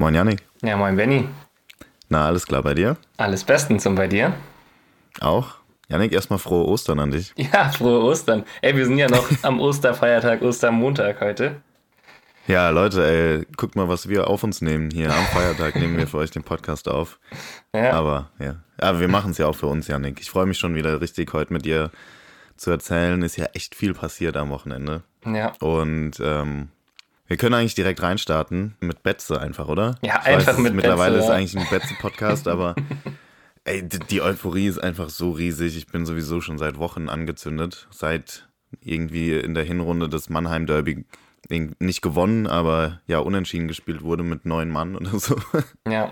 Moin Jannik. Ja, moin Benni. Na, alles klar bei dir? Alles bestens und bei dir? Auch? Jannik, erstmal frohe Ostern an dich. Ja, frohe Ostern. Ey, wir sind ja noch am Osterfeiertag, Ostermontag heute. Ja, Leute, ey, guckt mal, was wir auf uns nehmen. Hier am Feiertag nehmen wir für euch den Podcast auf. Ja, Aber wir machen es ja auch für uns, Jannik. Ich freue mich schon wieder richtig, heute mit dir zu erzählen. Ist ja echt viel passiert am Wochenende. ja. Und wir können eigentlich direkt reinstarten mit Betze einfach, oder? Ja, Ich einfach weiß, mit mittlerweile Betze, ist ja. eigentlich ein Betze-Podcast, aber ey, die Euphorie ist einfach so riesig. Ich bin sowieso schon seit Wochen angezündet. Seit irgendwie in der Hinrunde des Mannheim-Derby nicht gewonnen, aber ja unentschieden gespielt wurde mit 9 Mann oder so. Ja,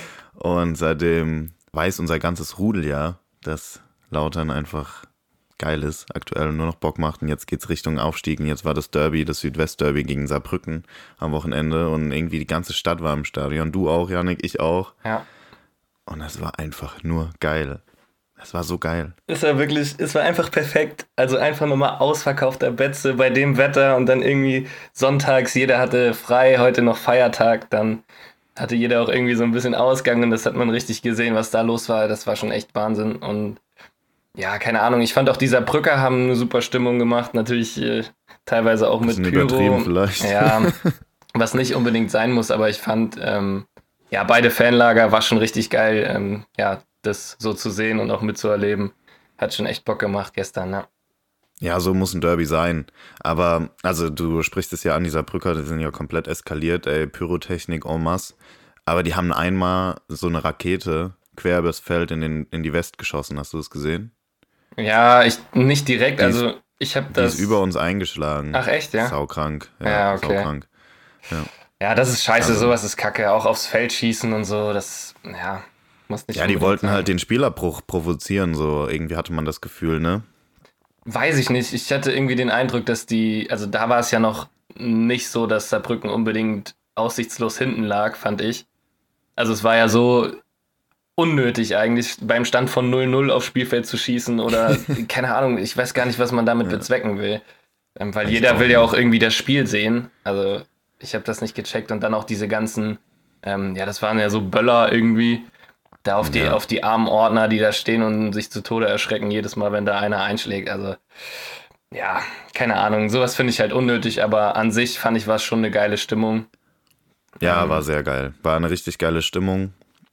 Und seitdem weiß unser ganzes Rudel ja, dass Lautern einfach geil ist, aktuell nur noch Bock macht. Und jetzt geht's Richtung Aufstieg. Und jetzt war das Derby, das Südwest-Derby gegen Saarbrücken am Wochenende. Und irgendwie die ganze Stadt war im Stadion. Du auch, Jannik, ich auch. ja. Und es war einfach nur geil. Es war so geil. Es war einfach perfekt. Also einfach nochmal ausverkaufter Betze bei dem Wetter und dann irgendwie sonntags, jeder hatte frei, heute noch Feiertag, dann hatte jeder auch irgendwie so ein bisschen Ausgang und das hat man richtig gesehen, was da los war. Das war schon echt Wahnsinn und ja, keine Ahnung. Ich fand auch die Saarbrücker haben eine super Stimmung gemacht. Natürlich teilweise auch mit Bisschen Pyro. übertrieben vielleicht. Ja, was nicht unbedingt sein muss, aber ich fand, ja, beide Fanlager war schon richtig geil, ja, das so zu sehen und auch mitzuerleben. Hat schon echt Bock gemacht gestern, ne? Ja, so muss ein Derby sein. Aber, also du sprichst es ja an, die Saarbrücker, die sind ja komplett eskaliert, ey, Pyrotechnik en masse. Aber die haben einmal so eine Rakete quer übers Feld in die West geschossen. Hast du das gesehen? Ja, ich nicht direkt, Die ist- also ich habe Die das. ist über uns eingeschlagen. Ach echt, ja? Saukrank. Ja, okay. Saukrank. Ja. Ja, das ist scheiße, Also- sowas ist Kacke. Auch aufs Feld schießen und so, das, ja, muss nicht Ja, die unbedingt wollten sein. halt den Spielerbruch provozieren, so irgendwie hatte man das Gefühl, ne? Weiß ich nicht. Ich hatte irgendwie den Eindruck, dass also da war es ja noch nicht so, dass Saarbrücken unbedingt aussichtslos hinten lag, fand ich. Also es war ja so unnötig eigentlich, beim Stand von 0-0 aufs Spielfeld zu schießen oder, keine Ahnung, ich weiß gar nicht, was man damit bezwecken will. Weil Ich jeder auch will ja nicht. auch irgendwie das Spiel sehen. Also ich habe das nicht gecheckt und dann auch diese ganzen, ja, das waren ja so Böller irgendwie, da auf Ja. auf die armen Ordner, die da stehen und sich zu Tode erschrecken, jedes Mal, wenn da einer einschlägt. Also ja, keine Ahnung, sowas finde ich halt unnötig, aber an sich fand ich, war es schon eine geile Stimmung. Ja, war sehr geil. War eine richtig geile Stimmung.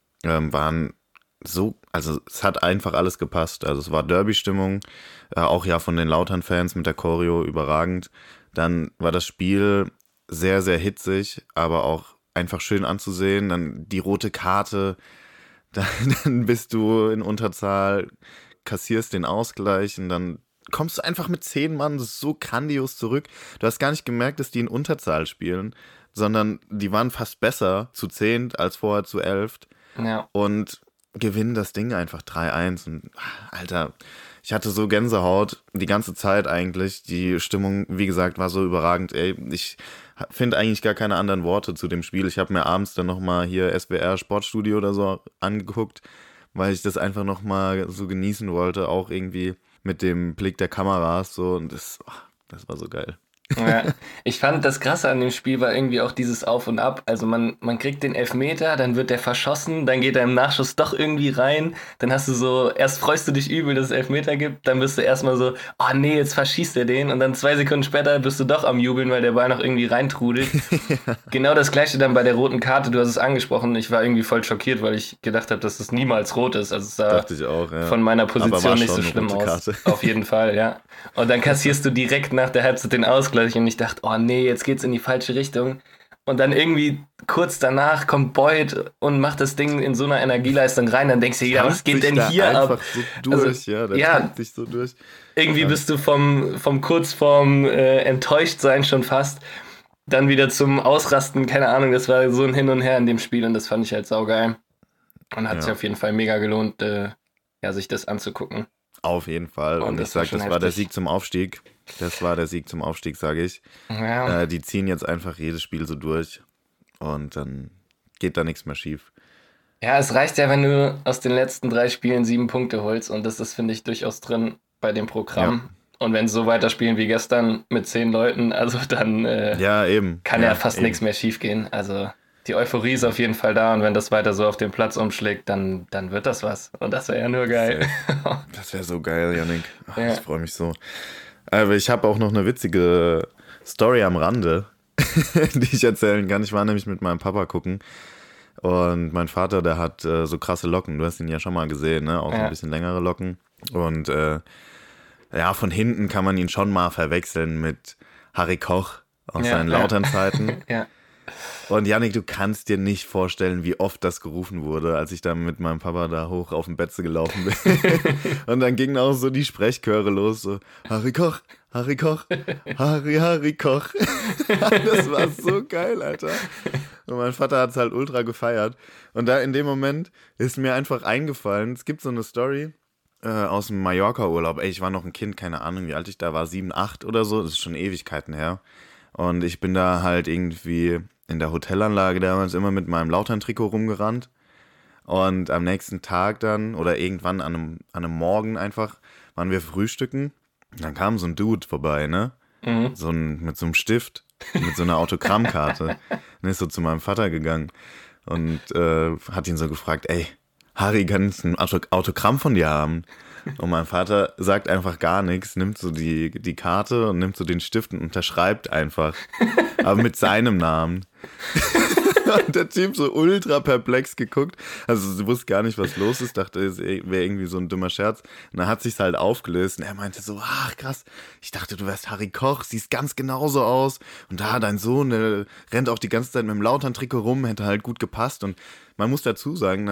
Also es hat einfach alles gepasst. Also es war Derby-Stimmung, auch ja von den Lautern-Fans mit der Choreo überragend. Dann war das Spiel sehr, sehr hitzig, aber auch einfach schön anzusehen. Dann die rote Karte, dann, dann bist du in Unterzahl, kassierst den Ausgleich und dann kommst du einfach mit 10 Mann so grandios zurück. Du hast gar nicht gemerkt, dass die in Unterzahl spielen, sondern die waren fast besser zu 10 als vorher zu 11 Ja, und gewinnen das Ding einfach 3-1. Und Alter, ich hatte so Gänsehaut die ganze Zeit eigentlich. Die Stimmung, wie gesagt, war so überragend. Ey, ich finde eigentlich gar keine anderen Worte zu dem Spiel. Ich habe mir abends dann nochmal hier SWR Sportstudio oder so angeguckt, weil ich das einfach nochmal so genießen wollte, auch irgendwie mit dem Blick der Kameras so. Und das war so geil. ja. Ich fand, das Krasse an dem Spiel war irgendwie auch dieses Auf und Ab. Also man kriegt den Elfmeter, dann wird der verschossen, dann geht er im Nachschuss doch irgendwie rein. Dann hast du so, erst freust du dich übel, dass es Elfmeter gibt, dann bist du erstmal so, oh nee, jetzt verschießt er den. Und dann 2 Sekunden später bist du doch am Jubeln, weil der Ball noch irgendwie reintrudelt. Genau das gleiche dann bei der roten Karte, du hast es angesprochen. Ich war irgendwie voll schockiert, weil ich gedacht habe, dass es niemals rot ist. Also es sah Dachte ich auch, ja. von meiner Aber war Position nicht schon so eine schlimm rote aus. Karte. Auf jeden Fall, ja. Und dann kassierst du direkt nach der Halbzeit den Ausgleich und ich dachte, oh nee, jetzt geht's in die falsche Richtung. Und dann irgendwie kurz danach kommt Boyd und macht das Ding in so einer Energieleistung rein. Dann denkst du, ja, was geht denn hier einfach ab? so durch, Also, ja, der ja. tankt sich so durch. Irgendwie bist du vom kurz vorm Enttäuschtsein schon fast dann wieder zum Ausrasten. Keine Ahnung, das war so ein Hin und Her in dem Spiel und das fand ich halt saugeil. Und hat Ja. sich auf jeden Fall mega gelohnt, ja, sich das anzugucken. Auf jeden Fall. Und Und ich das war sag, schon das war der heftig. Sieg zum Aufstieg. Das war der Sieg zum Aufstieg, sage ich. Ja. Die ziehen jetzt einfach jedes Spiel so durch. Und dann geht da nichts mehr schief. Ja, es reicht ja, wenn du aus den letzten 3 Spielen 7 Punkte holst und das ist, finde ich, durchaus drin bei dem Programm. Und wenn sie so weiterspielen wie gestern mit 10 Leuten, also dann Ja, eben. kann ja fast eben. nichts mehr schief gehen. Also Die Euphorie ist auf jeden Fall da und wenn das weiter so auf den Platz umschlägt, dann wird das was. Und das wäre ja nur geil. Safe. Das wäre so geil, Yannick. Ach, Ja, ich freue mich so. Aber ich habe auch noch eine witzige Story am Rande, die ich erzählen kann. Ich war nämlich mit meinem Papa gucken und mein Vater, der hat so krasse Locken. Du hast ihn ja schon mal gesehen, ne? Auch so ein ja, bisschen längere Locken. Und ja, von hinten kann man ihn schon mal verwechseln mit Harry Koch aus ja, seinen ja. Lautern-Zeiten. Ja. Und Yannick, du kannst dir nicht vorstellen, wie oft das gerufen wurde, als ich da mit meinem Papa da hoch auf dem Betze gelaufen bin. Und dann gingen auch so die Sprechchöre los, so Harry Koch, Harry Koch, Harry Koch. Das war so geil, Alter. Und mein Vater hat es halt ultra gefeiert. Und da in dem Moment ist mir einfach eingefallen, es gibt so eine Story aus dem Mallorca-Urlaub. Ey, ich war noch ein Kind, keine Ahnung, wie alt ich da war, 7, 8 oder so. Das ist schon Ewigkeiten her. Und ich bin da halt irgendwie in der Hotelanlage damals immer mit meinem Lautern-Trikot rumgerannt. Und am nächsten Tag dann, oder irgendwann an einem Morgen einfach, waren wir frühstücken. Und dann kam so ein Dude vorbei, ne? Mhm. Mit so einem Stift, mit so einer Autogrammkarte. Und ist so zu meinem Vater gegangen und hat ihn so gefragt, ey, Harry, kann ich ein Autogramm von dir haben? Und mein Vater sagt einfach gar nichts, nimmt so die Karte und nimmt so den Stift und unterschreibt einfach. Aber mit seinem Namen. Und der Typ so ultra perplex geguckt. Also sie wusste gar nicht, was los ist. Dachte, es wäre irgendwie so ein dummer Scherz. Und dann hat sich's halt aufgelöst. Und er meinte so, ach krass, ich dachte, du wärst Harry Koch, siehst ganz genauso aus. Und da, dein Sohn, der rennt auch die ganze Zeit mit dem Lautern-Trikot rum, hätte halt gut gepasst. Und man muss dazu sagen,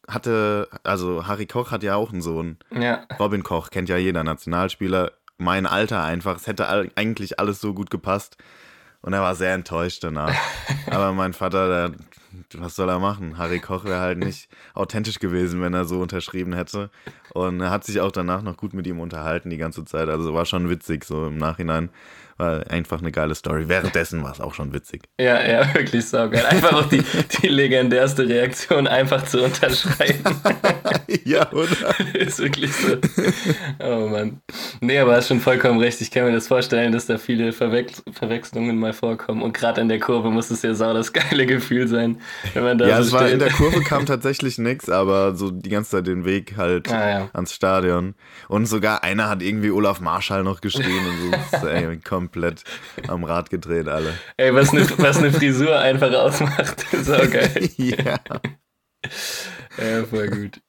also Harry Koch hat ja auch einen Sohn. Ja. Robin Koch, kennt ja jeder Nationalspieler. Mein Alter einfach, es hätte eigentlich alles so gut gepasst. Und er war sehr enttäuscht danach. Aber mein Vater, was soll er machen? Harry Koch wäre halt nicht authentisch gewesen, wenn er so unterschrieben hätte. Und er hat sich auch danach noch gut mit ihm unterhalten die ganze Zeit. Also war schon witzig so im Nachhinein. War einfach eine geile Story. Währenddessen war es auch schon witzig. Ja, ja, wirklich saugeil. Einfach auch die legendärste Reaktion, einfach zu unterschreiben. Ja, oder? Ist wirklich so. Oh Mann. Nee, aber hast schon vollkommen recht. Ich kann mir das vorstellen, dass da viele Verwechslungen mal vorkommen. Und gerade in der Kurve muss es ja sau das geile Gefühl sein, wenn man da Ja, so es war steht. in der Kurve kam tatsächlich nichts, aber so die ganze Zeit den Weg halt Ja. ans Stadion. Und sogar einer hat irgendwie Olaf Marschall noch geschrien und so. Das ist, ey, komplett am Rad gedreht alle. Ey, was eine Frisur einfach ausmacht. Saugeil. Ja. Ja, voll gut.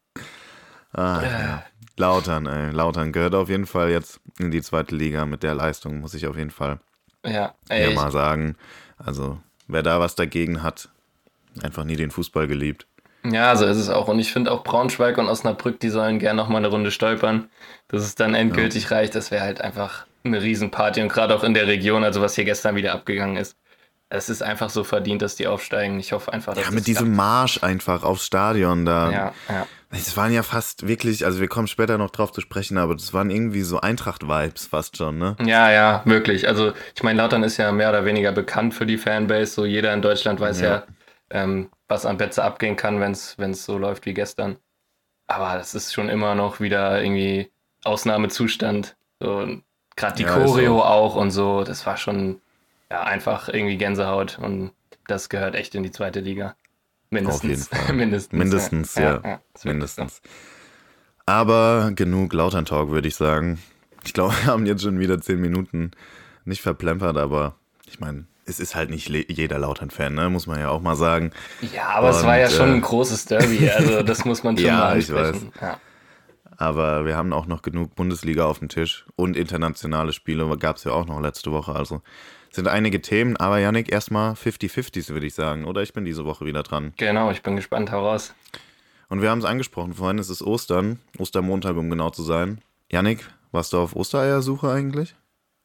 Ja. Lautern, ey. Lautern gehört auf jeden Fall jetzt in die zweite Liga mit der Leistung, muss ich auf jeden Fall Ja, hier ey, mal sagen. Also, wer da was dagegen hat, einfach nie den Fußball geliebt. ja, so ist es auch. Und ich finde auch Braunschweig und Osnabrück, die sollen gern noch mal eine Runde stolpern, dass es dann endgültig reicht. Das wäre halt einfach eine Riesenparty. Und gerade auch in der Region, also was hier gestern wieder abgegangen ist. Es ist einfach so verdient, dass die aufsteigen. Ich hoffe einfach, dass Ja, das mit diesem klappt. Marsch einfach aufs Stadion da. Ja, ja. Es waren ja fast wirklich, also wir kommen später noch drauf zu sprechen, aber das waren irgendwie so Eintracht-Vibes fast schon, ne? Ja, ja, wirklich. Also ich meine, Lautern ist ja mehr oder weniger bekannt für die Fanbase. So jeder in Deutschland weiß Ja. was am Betze abgehen kann, wenn's so läuft wie gestern. Aber das ist schon immer noch wieder irgendwie Ausnahmezustand. So, gerade die Ja, ist Choreo so. auch und so, das war schon ja, einfach irgendwie Gänsehaut und das gehört echt in die zweite Liga. Auf jeden Mindestens. Fall. Mindestens. Mindestens, ja. Ist wirklich so. Mindestens. Aber genug Lautern-Talk, würde ich sagen. Ich glaube, wir haben jetzt schon wieder 10 Minuten nicht verplempert, aber ich meine, es ist halt nicht jeder Lautern-Fan, ne? Muss man ja auch mal sagen. Ja, aber es war ja Und, schon ein großes Derby, also das muss man schon Ja, mal ich ansprechen. Ja. Aber wir haben auch noch genug Bundesliga auf dem Tisch und internationale Spiele gab es ja auch noch letzte Woche. Also sind einige Themen, aber Yannick, erstmal 50-50s, würde ich sagen. Oder ich bin diese Woche wieder dran. Genau, ich bin gespannt heraus. Und wir haben es angesprochen vorhin, es ist Ostern, Ostermontag, um genau zu sein. Yannick, warst du auf Ostereiersuche eigentlich?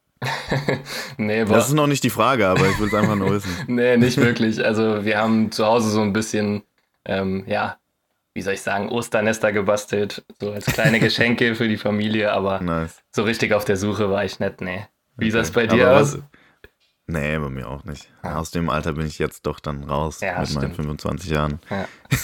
Nee, Das ist noch nicht die Frage, aber ich will es einfach nur wissen. nee, nicht wirklich. Also wir haben zu Hause so ein bisschen, ja, wie soll ich sagen, Osternester gebastelt, so als kleine Geschenke für die Familie, aber Nice. so richtig auf der Suche war ich nicht, nee. Wie sah es Okay. bei dir Aber aus? Nee, bei mir auch nicht. Aus dem Alter bin ich jetzt doch dann raus Ja, mit meinen stimmt. 25 Jahren. Ja.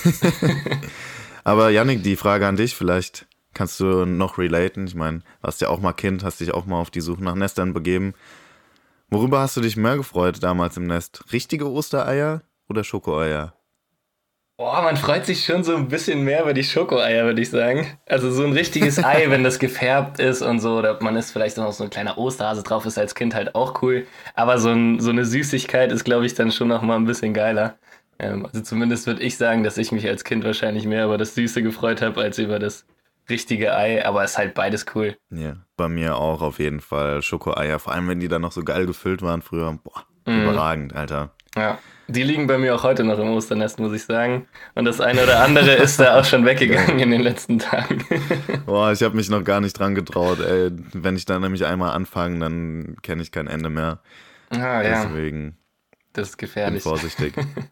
Aber Yannick, die Frage an dich, vielleicht kannst du noch relaten. Ich meine, warst ja auch mal Kind, hast dich auch mal auf die Suche nach Nestern begeben. Worüber hast du dich mehr gefreut damals im Nest? Richtige Ostereier oder Schokoeier? Boah, man freut sich schon so ein bisschen mehr über die Schokoeier, würde ich sagen. Also so ein richtiges Ei, wenn das gefärbt ist und so, oder man ist vielleicht noch so ein kleiner Osterhase drauf, ist als Kind halt auch cool. Aber so eine Süßigkeit ist, glaube ich, dann schon noch mal ein bisschen geiler. Also zumindest würde ich sagen, dass ich mich als Kind wahrscheinlich mehr über das Süße gefreut habe, als über das richtige Ei. Aber es ist halt beides cool. Ja, bei mir auch auf jeden Fall Schokoeier. Vor allem, wenn die dann noch so geil gefüllt waren früher. Boah, überragend, Alter. Ja, die liegen bei mir auch heute noch im Osternest, muss ich sagen. Und das eine oder andere ist da auch schon weggegangen in den letzten Tagen. Boah, ich habe mich noch gar nicht dran getraut, ey. Wenn ich dann nämlich einmal anfange, dann kenne ich kein Ende mehr. Ah ja, Deswegen das ist bin gefährlich. vorsichtig.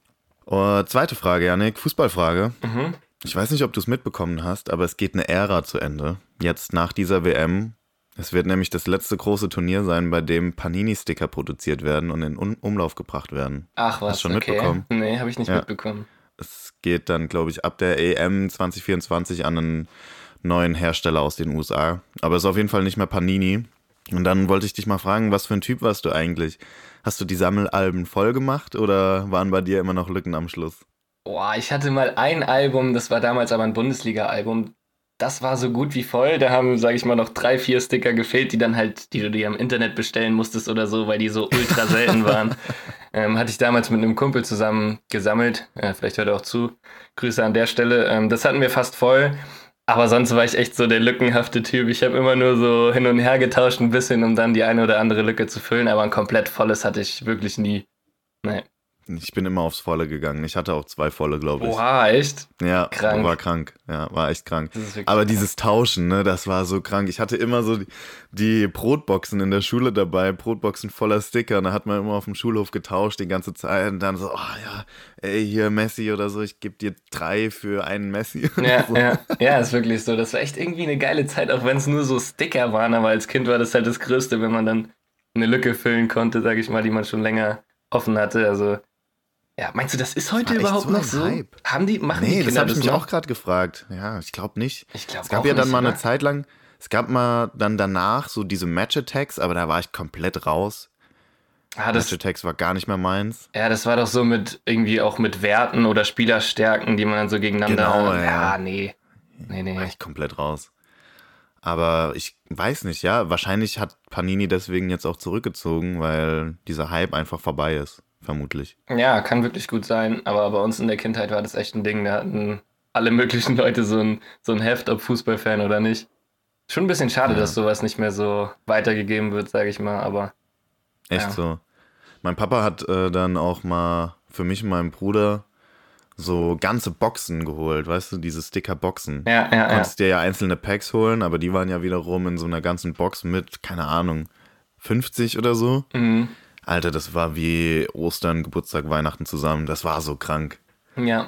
Zweite Frage, Yannick, Fußballfrage. Mhm. Ich weiß nicht, ob du es mitbekommen hast, aber es geht eine Ära zu Ende. Jetzt nach dieser WM. Es wird nämlich das letzte große Turnier sein, bei dem Panini-Sticker produziert werden und in Umlauf gebracht werden. Ach Hast du was, schon okay. mitbekommen? Nee, habe ich nicht Ja. mitbekommen. Es geht dann, glaube ich, ab der EM 2024 an einen neuen Hersteller aus den USA. Aber es ist auf jeden Fall nicht mehr Panini. Und dann wollte ich dich mal fragen, was für ein Typ warst du eigentlich? Hast du die Sammelalben voll gemacht oder waren bei dir immer noch Lücken am Schluss? Boah, ich hatte mal ein Album, das war damals aber ein Bundesliga-Album. Das war so gut wie voll. Da haben, sage ich mal, noch 3, 4 Sticker gefehlt, die dann halt, die du dir im Internet bestellen musstest oder so, weil die so ultra selten waren. Hatte ich damals mit einem Kumpel zusammen gesammelt. Vielleicht hört er auch zu. Grüße an der Stelle. Das hatten wir fast voll. Aber sonst war ich echt so der lückenhafte Typ. Ich habe immer nur so hin und her getauscht ein bisschen, um dann die eine oder andere Lücke zu füllen. Aber ein komplett volles hatte ich wirklich nie. Nee. Ich bin immer aufs Volle gegangen. Ich hatte auch 2 volle, glaube ich. Oha, echt? Ja, Krank. war krank. Ja, war echt krank. Das ist wirklich Aber krass. dieses Tauschen, ne, das war so krank. Ich hatte immer so die Brotboxen in der Schule dabei, Brotboxen voller Sticker. Und da hat man immer auf dem Schulhof getauscht die ganze Zeit. Und dann so, oh ja, ey, hier Messi oder so, ich gebe dir 3 für einen Messi. Ja, So. ja, ist wirklich so. Das war echt irgendwie eine geile Zeit, auch wenn es nur so Sticker waren. Aber als Kind war das halt das Größte, wenn man dann eine Lücke füllen konnte, sage ich mal, die man schon länger offen hatte. Also, ja, meinst du, das ist heute war echt überhaupt so noch ein so? Hype. Machen die Nee, das Kinder habe ich das mich noch? auch gerade gefragt. Ja, ich glaube nicht. Ich glaube Es gab auch ja dann nicht, mal eine oder? Zeit lang, es gab mal dann danach so diese Match-Attacks, aber da war ich komplett raus. Das Match-Attacks war gar nicht mehr meins. Ja, das war doch so mit irgendwie auch mit Werten oder Spielerstärken, die man dann so gegeneinander. Genau, ja. Nee. Nee. War ich komplett raus. Aber ich weiß nicht, ja, wahrscheinlich hat Panini deswegen jetzt auch zurückgezogen, weil dieser Hype einfach vorbei ist, vermutlich. Ja, kann wirklich gut sein, aber bei uns in der Kindheit war das echt ein Ding. Da hatten alle möglichen Leute so ein Heft, ob Fußballfan oder nicht. Schon ein bisschen schade, Ja. dass sowas nicht mehr so weitergegeben wird, sage ich mal, aber Echt ja. so. Mein Papa hat dann auch mal für mich und meinen Bruder so ganze Boxen geholt, weißt du, diese Sticker-Boxen. Ja. Konntest dir ja einzelne Packs holen, aber die waren ja wiederum in so einer ganzen Box mit, keine Ahnung, 50 oder so. Mhm. Alter, das war wie Ostern, Geburtstag, Weihnachten zusammen. Das war so krank. Ja.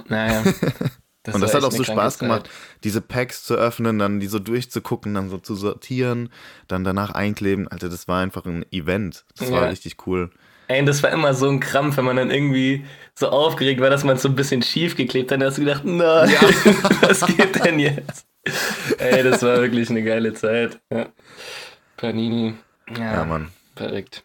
Und das war hat auch echt so eine kranke Spaß gemacht, Zeit. diese Packs zu öffnen, dann die so durchzugucken, dann so zu sortieren, dann danach einkleben. Alter, das war einfach ein Event. Das war Ja. richtig cool. Ey, und das war immer so ein Krampf, wenn man dann irgendwie so aufgeregt war, dass man es so ein bisschen schief geklebt hat. Dann hast du gedacht, nein, was geht denn jetzt? Ey, das war wirklich eine geile Zeit. Ja. Panini. Ja, Mann. Verrückt.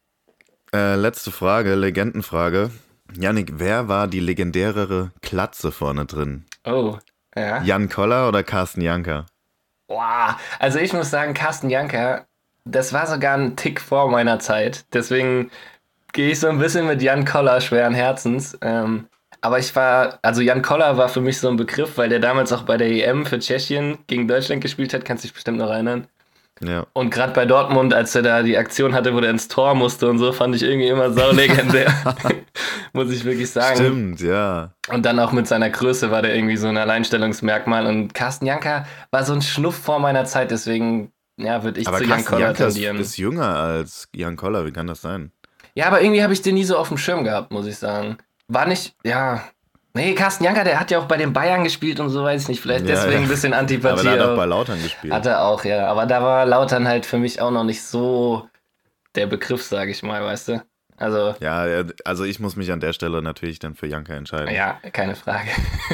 Letzte Frage, Legendenfrage. Yannick, wer war die legendärere Klatze vorne drin? Oh, ja. Jan Koller oder Carsten Janker? Boah, also ich muss sagen, Carsten Janker, das war sogar ein Tick vor meiner Zeit. Deswegen gehe ich so ein bisschen mit Jan Koller schweren Herzens. Aber also Jan Koller war für mich so ein Begriff, weil der damals auch bei der EM für Tschechien gegen Deutschland gespielt hat, kannst du dich bestimmt noch erinnern. Ja. Und gerade bei Dortmund, als er da die Aktion hatte, wo der ins Tor musste und so, fand ich irgendwie immer saulegendär. Muss ich wirklich sagen. Stimmt, ja. Und dann auch mit seiner Größe war der irgendwie so ein Alleinstellungsmerkmal. Und Carsten Janker war so ein Schnuff vor meiner Zeit, deswegen ja, würde ich Aber zu Jan Carsten Koller Janker tendieren. ist jünger als Jan Koller, wie kann das sein? Ja, aber irgendwie habe ich den nie so auf dem Schirm gehabt, muss ich sagen. War nicht, ja. Nee, Carsten Janker, der hat ja auch bei den Bayern gespielt und so, weiß ich nicht. Vielleicht Ja, deswegen ja. ein bisschen Antipathie. Aber der hat auch aber- bei Lautern gespielt. Hat er auch, ja. Aber da war Lautern halt für mich auch noch nicht so der Begriff, sage ich mal, weißt du? Also, Ja, also ich muss mich an der Stelle natürlich dann für Janker entscheiden. ja, keine Frage.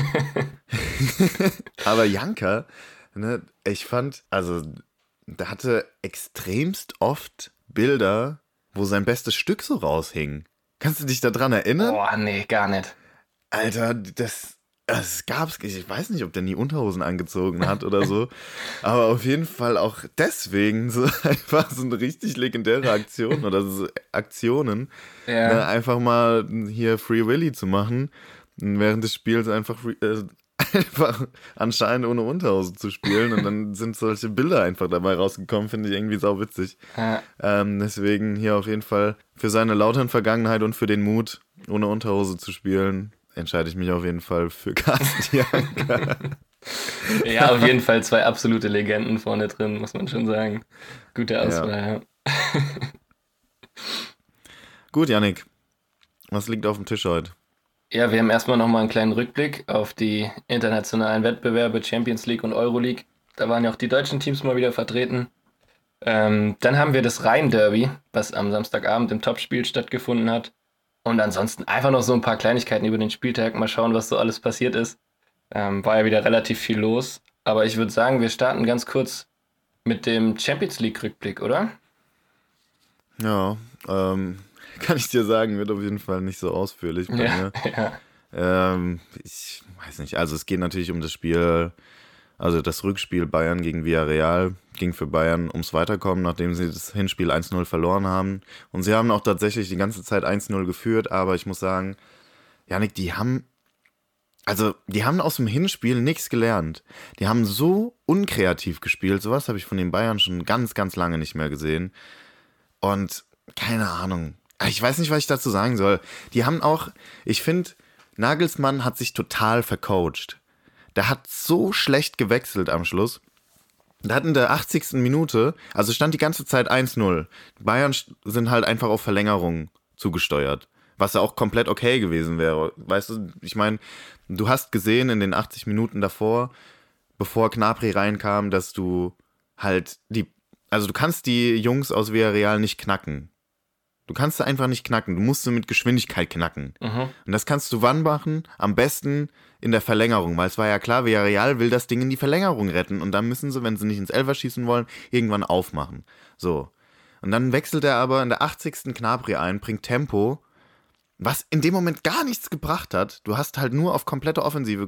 Aber Janker, ne, ich fand, also der hatte extremst oft Bilder, wo sein bestes Stück so raushing. Kannst du dich daran erinnern? Boah, nee, gar nicht. Alter, das gab's, ich weiß nicht, ob der nie Unterhosen angezogen hat oder so, aber auf jeden Fall auch deswegen so einfach so eine richtig legendäre Aktion oder so Aktionen, ne, Ja. einfach mal hier Free Willy zu machen und während des Spiels einfach anscheinend ohne Unterhose zu spielen und dann sind solche Bilder einfach dabei rausgekommen, finde ich irgendwie sauwitzig. Ja. Deswegen hier auf jeden Fall für seine Lautern-Vergangenheit und für den Mut, ohne Unterhose zu spielen, entscheide ich mich auf jeden Fall für Carsten Janka. Ja, auf jeden Fall zwei absolute Legenden vorne drin, muss man schon sagen. Gute Ja. Auswahl, Gut, Yannick, was liegt auf dem Tisch heute? ja. Ja, wir haben erstmal nochmal einen kleinen Rückblick auf die internationalen Wettbewerbe Champions League und Euroleague. Da waren ja auch die deutschen Teams mal wieder vertreten. Dann haben wir das Rhein-Derby, was am Samstagabend im Topspiel stattgefunden hat. Und ansonsten einfach noch so ein paar Kleinigkeiten über den Spieltag. Mal schauen, was so alles passiert ist. War ja wieder relativ viel los. Aber ich würde sagen, wir starten ganz kurz mit dem Champions League-Rückblick, oder? Ja, kann ich dir sagen, wird auf jeden Fall nicht so ausführlich bei Ja, mir. ja. Ich weiß nicht, also es geht natürlich um das Spiel, also das Rückspiel Bayern gegen Villarreal ging für Bayern ums Weiterkommen, nachdem sie das Hinspiel 1-0 verloren haben. Und sie haben auch tatsächlich die ganze Zeit 1-0 geführt, aber ich muss sagen, Janik, die haben aus dem Hinspiel nichts gelernt. Die haben so unkreativ gespielt, sowas habe ich von den Bayern schon ganz, ganz lange nicht mehr gesehen. Und keine Ahnung. Ich weiß nicht, was ich dazu sagen soll. Die haben auch, ich finde, Nagelsmann hat sich total vercoacht. Der hat so schlecht gewechselt am Schluss. Der hat in der 80. Minute, also stand die ganze Zeit 1-0. Die Bayern sind halt einfach auf Verlängerung zugesteuert. Was ja auch komplett okay gewesen wäre. Weißt du, ich meine, du hast gesehen in den 80 Minuten davor, bevor Gnabry reinkam, dass du halt also du kannst die Jungs aus Villarreal nicht knacken. Du kannst sie einfach nicht knacken. Du musst sie mit Geschwindigkeit knacken. Mhm. Und das kannst du wann machen? Am besten in der Verlängerung, weil es war ja klar, Villarreal will das Ding in die Verlängerung retten und dann müssen sie, wenn sie nicht ins Elfer schießen wollen, irgendwann aufmachen. So. Und dann wechselt er aber in der 80. Gnabry ein, bringt Tempo, was in dem Moment gar nichts gebracht hat. Du hast halt nur auf komplette Offensive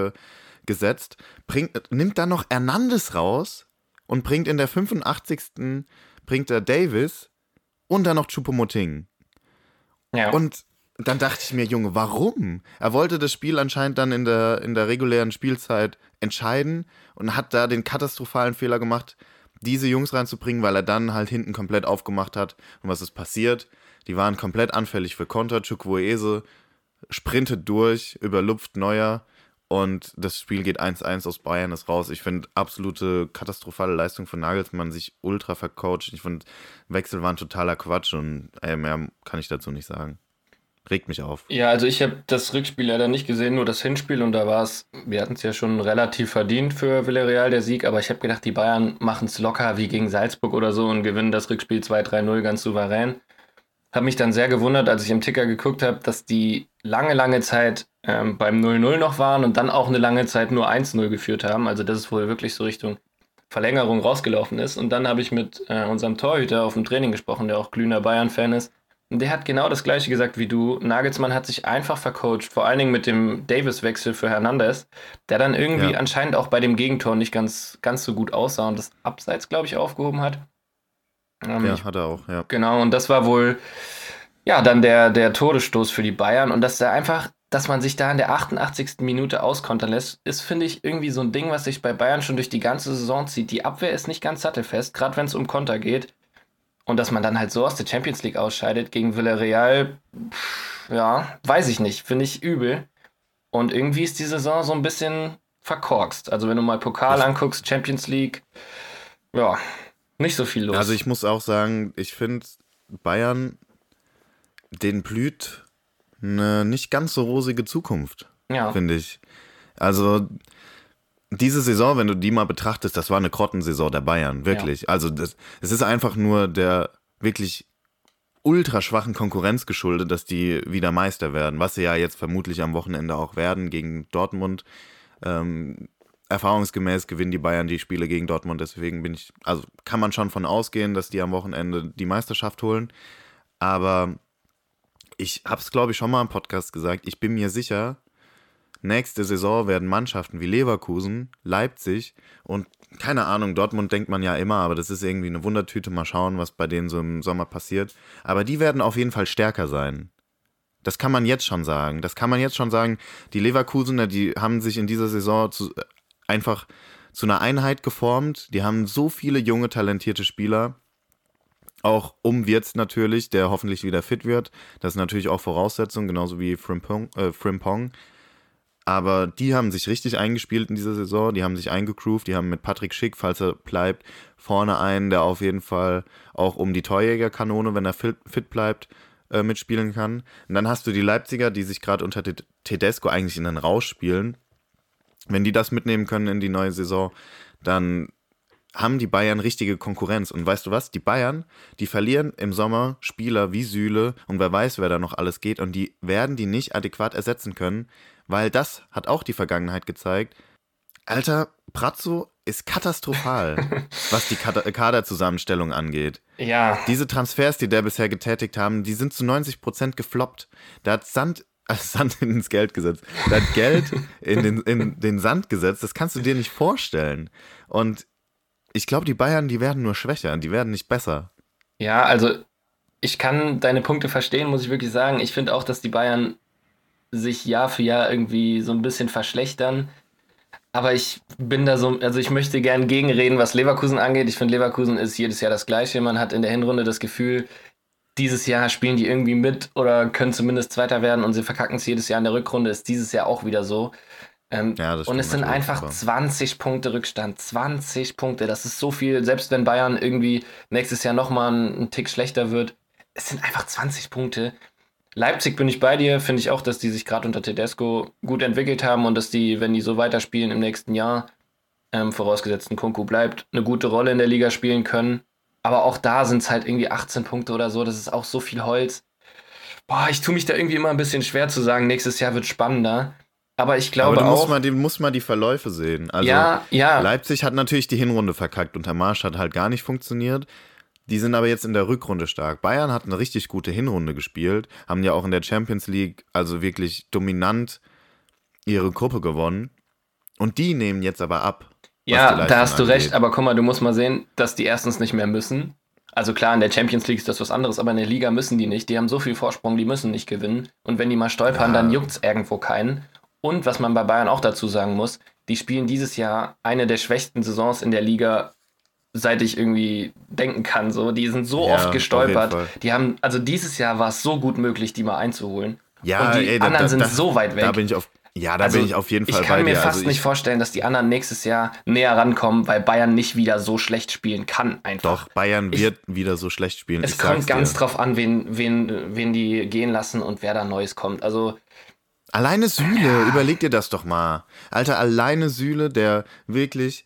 gesetzt, nimmt dann noch Hernandez raus und bringt in der 85. bringt er Davis und dann noch Choupo-Moting. Ja. Und dann dachte ich mir, Junge, warum? Er wollte das Spiel anscheinend dann in der regulären Spielzeit entscheiden und hat da den katastrophalen Fehler gemacht, diese Jungs reinzubringen, weil er dann halt hinten komplett aufgemacht hat. Und was ist passiert? Die waren komplett anfällig für Konter. Chukwueze sprintet durch, überlupft Neuer und das Spiel geht 1-1 aus Bayern, ist raus. Ich finde, absolute katastrophale Leistung von Nagelsmann, sich ultra vercoacht. Ich finde, Wechsel waren totaler Quatsch und mehr kann ich dazu nicht sagen. Regt mich auf. Ja, also ich habe das Rückspiel leider nicht gesehen, nur das Hinspiel und da war es, wir hatten es ja schon relativ verdient für Villarreal, der Sieg, aber ich habe gedacht, die Bayern machen es locker wie gegen Salzburg oder so und gewinnen das Rückspiel 2-3-0 ganz souverän. Habe mich dann sehr gewundert, als ich im Ticker geguckt habe, dass die lange, lange Zeit beim 0-0 noch waren und dann auch eine lange Zeit nur 1-0 geführt haben, also dass es wohl wirklich so Richtung Verlängerung rausgelaufen ist. Und dann habe ich mit unserem Torhüter auf dem Training gesprochen, der auch glühender Bayern-Fan ist. Und der hat genau das Gleiche gesagt wie du. Nagelsmann hat sich einfach vercoacht, vor allen Dingen mit dem Davis-Wechsel für Hernandez, der dann irgendwie Ja, anscheinend auch bei dem Gegentor nicht ganz so gut aussah und das Abseits, glaube ich, aufgehoben hat. ja, hat er auch, ja. Genau, und das war wohl, ja, dann der Todesstoß für die Bayern. Und dass da einfach, dass man sich da in der 88. Minute auskontern lässt, ist, finde ich, irgendwie so ein Ding, was sich bei Bayern schon durch die ganze Saison zieht. Die Abwehr ist nicht ganz sattelfest, gerade wenn es um Konter geht. Und dass man dann halt so aus der Champions League ausscheidet gegen Villarreal, ja, weiß ich nicht, finde ich übel. Und irgendwie ist die Saison so ein bisschen verkorkst. Also wenn du mal Pokal Ich, anguckst, Champions League, ja, nicht so viel also los. ich muss auch sagen, ich finde Bayern, denen blüht eine nicht ganz so rosige Zukunft, Ja, finde ich. Also diese Saison, wenn du die mal betrachtest, das war eine Grottensaison der Bayern, ja. wirklich. Also es ist einfach nur der wirklich ultra schwachen Konkurrenz geschuldet, dass die wieder Meister werden, was sie ja jetzt vermutlich am Wochenende auch werden gegen Dortmund. Erfahrungsgemäß gewinnen die Bayern die Spiele gegen Dortmund, deswegen also kann man schon von ausgehen, dass die am Wochenende die Meisterschaft holen. Aber ich habe es, glaube ich, schon mal im Podcast gesagt, ich bin mir sicher, nächste Saison werden Mannschaften wie Leverkusen, Leipzig und keine Ahnung, Dortmund denkt man ja immer, aber das ist irgendwie eine Wundertüte. Mal schauen, was bei denen so im Sommer passiert. Aber die werden auf jeden Fall stärker sein. Das kann man jetzt schon sagen. Das kann man jetzt schon sagen. Die Leverkusener, die haben sich in dieser Saison einfach zu einer Einheit geformt. Die haben so viele junge, talentierte Spieler. Auch Wirtz natürlich, der hoffentlich wieder fit wird. Das ist natürlich auch Voraussetzung, genauso wie Frimpong. Aber die haben sich richtig eingespielt in dieser Saison. Die haben sich eingegroovt. Die haben mit Patrick Schick, falls er bleibt, vorne einen, der auf jeden Fall auch um die Torjägerkanone, wenn er fit bleibt, mitspielen kann. Und dann hast du die Leipziger, die sich gerade unter Tedesco eigentlich in den Rausch spielen. Wenn die das mitnehmen können in die neue Saison, dann haben die Bayern richtige Konkurrenz. Und weißt du was? Die Bayern, die verlieren im Sommer Spieler wie Süle und wer weiß, wer da noch alles geht. Und die werden die nicht adäquat ersetzen können, weil das hat auch die Vergangenheit gezeigt. Alter, Brazzo ist katastrophal, was die Kaderzusammenstellung angeht. Ja. Diese Transfers, die der bisher getätigt haben, die sind zu 90% gefloppt. Da hat Sand ins Geld gesetzt. Da hat Geld in den Sand gesetzt. Das kannst du dir nicht vorstellen. Und ich glaube, die Bayern, die werden nur schwächer. Die werden nicht besser. Ja, also ich kann deine Punkte verstehen, muss ich wirklich sagen. Ich finde auch, dass die Bayern sich Jahr für Jahr irgendwie so ein bisschen verschlechtern. Aber ich bin da so, also ich möchte gern gegenreden, was Leverkusen angeht. Ich finde, Leverkusen ist jedes Jahr das Gleiche. Man hat in der Hinrunde das Gefühl, dieses Jahr spielen die irgendwie mit oder können zumindest Zweiter werden und sie verkacken es jedes Jahr in der Rückrunde. Ist dieses Jahr auch wieder so. Und es sind einfach 20 Punkte Rückstand. 20 Punkte, das ist so viel. Selbst wenn Bayern irgendwie nächstes Jahr nochmal einen Tick schlechter wird, es sind einfach 20 Punkte. Leipzig bin ich bei dir, finde ich auch, dass die sich gerade unter Tedesco gut entwickelt haben und dass die, wenn die so weiterspielen im nächsten Jahr, vorausgesetzt Nkunku bleibt, eine gute Rolle in der Liga spielen können. Aber auch da sind es halt irgendwie 18 Punkte oder so, das ist auch so viel Holz. Boah, ich tue mich da irgendwie immer ein bisschen schwer zu sagen, nächstes Jahr wird spannender. Aber ich glaube auch... Du musst mal die Verläufe sehen. Also ja. Leipzig hat natürlich die Hinrunde verkackt und der Marsch hat halt gar nicht funktioniert. Die sind aber jetzt in der Rückrunde stark. Bayern hat eine richtig gute Hinrunde gespielt, haben ja auch in der Champions League also wirklich dominant ihre Gruppe gewonnen. Und die nehmen jetzt aber ab. Ja, da hast du recht, aber guck mal, du musst mal sehen, dass die erstens nicht mehr müssen. Also klar, in der Champions League ist das was anderes, aber in der Liga müssen die nicht. Die haben so viel Vorsprung, die müssen nicht gewinnen. Und wenn die mal stolpern, dann juckt's irgendwo keinen. Und was man bei Bayern auch dazu sagen muss, die spielen dieses Jahr eine der schwächsten Saisons in der Liga, seit ich irgendwie denken kann. So, die sind so oft gestolpert. Die haben, also dieses Jahr war es so gut möglich, die mal einzuholen. Ja, und die anderen sind so weit weg. Da bin ich auf jeden Fall bei dir. Ich kann mir fast nicht vorstellen, dass die anderen nächstes Jahr näher rankommen, weil Bayern nicht wieder so schlecht spielen kann einfach. Doch, Bayern wird wieder so schlecht spielen. Es kommt ganz drauf an, wen die gehen lassen und wer da Neues kommt. Also alleine Süle, überleg dir das doch mal. Alter, alleine Süle, der wirklich,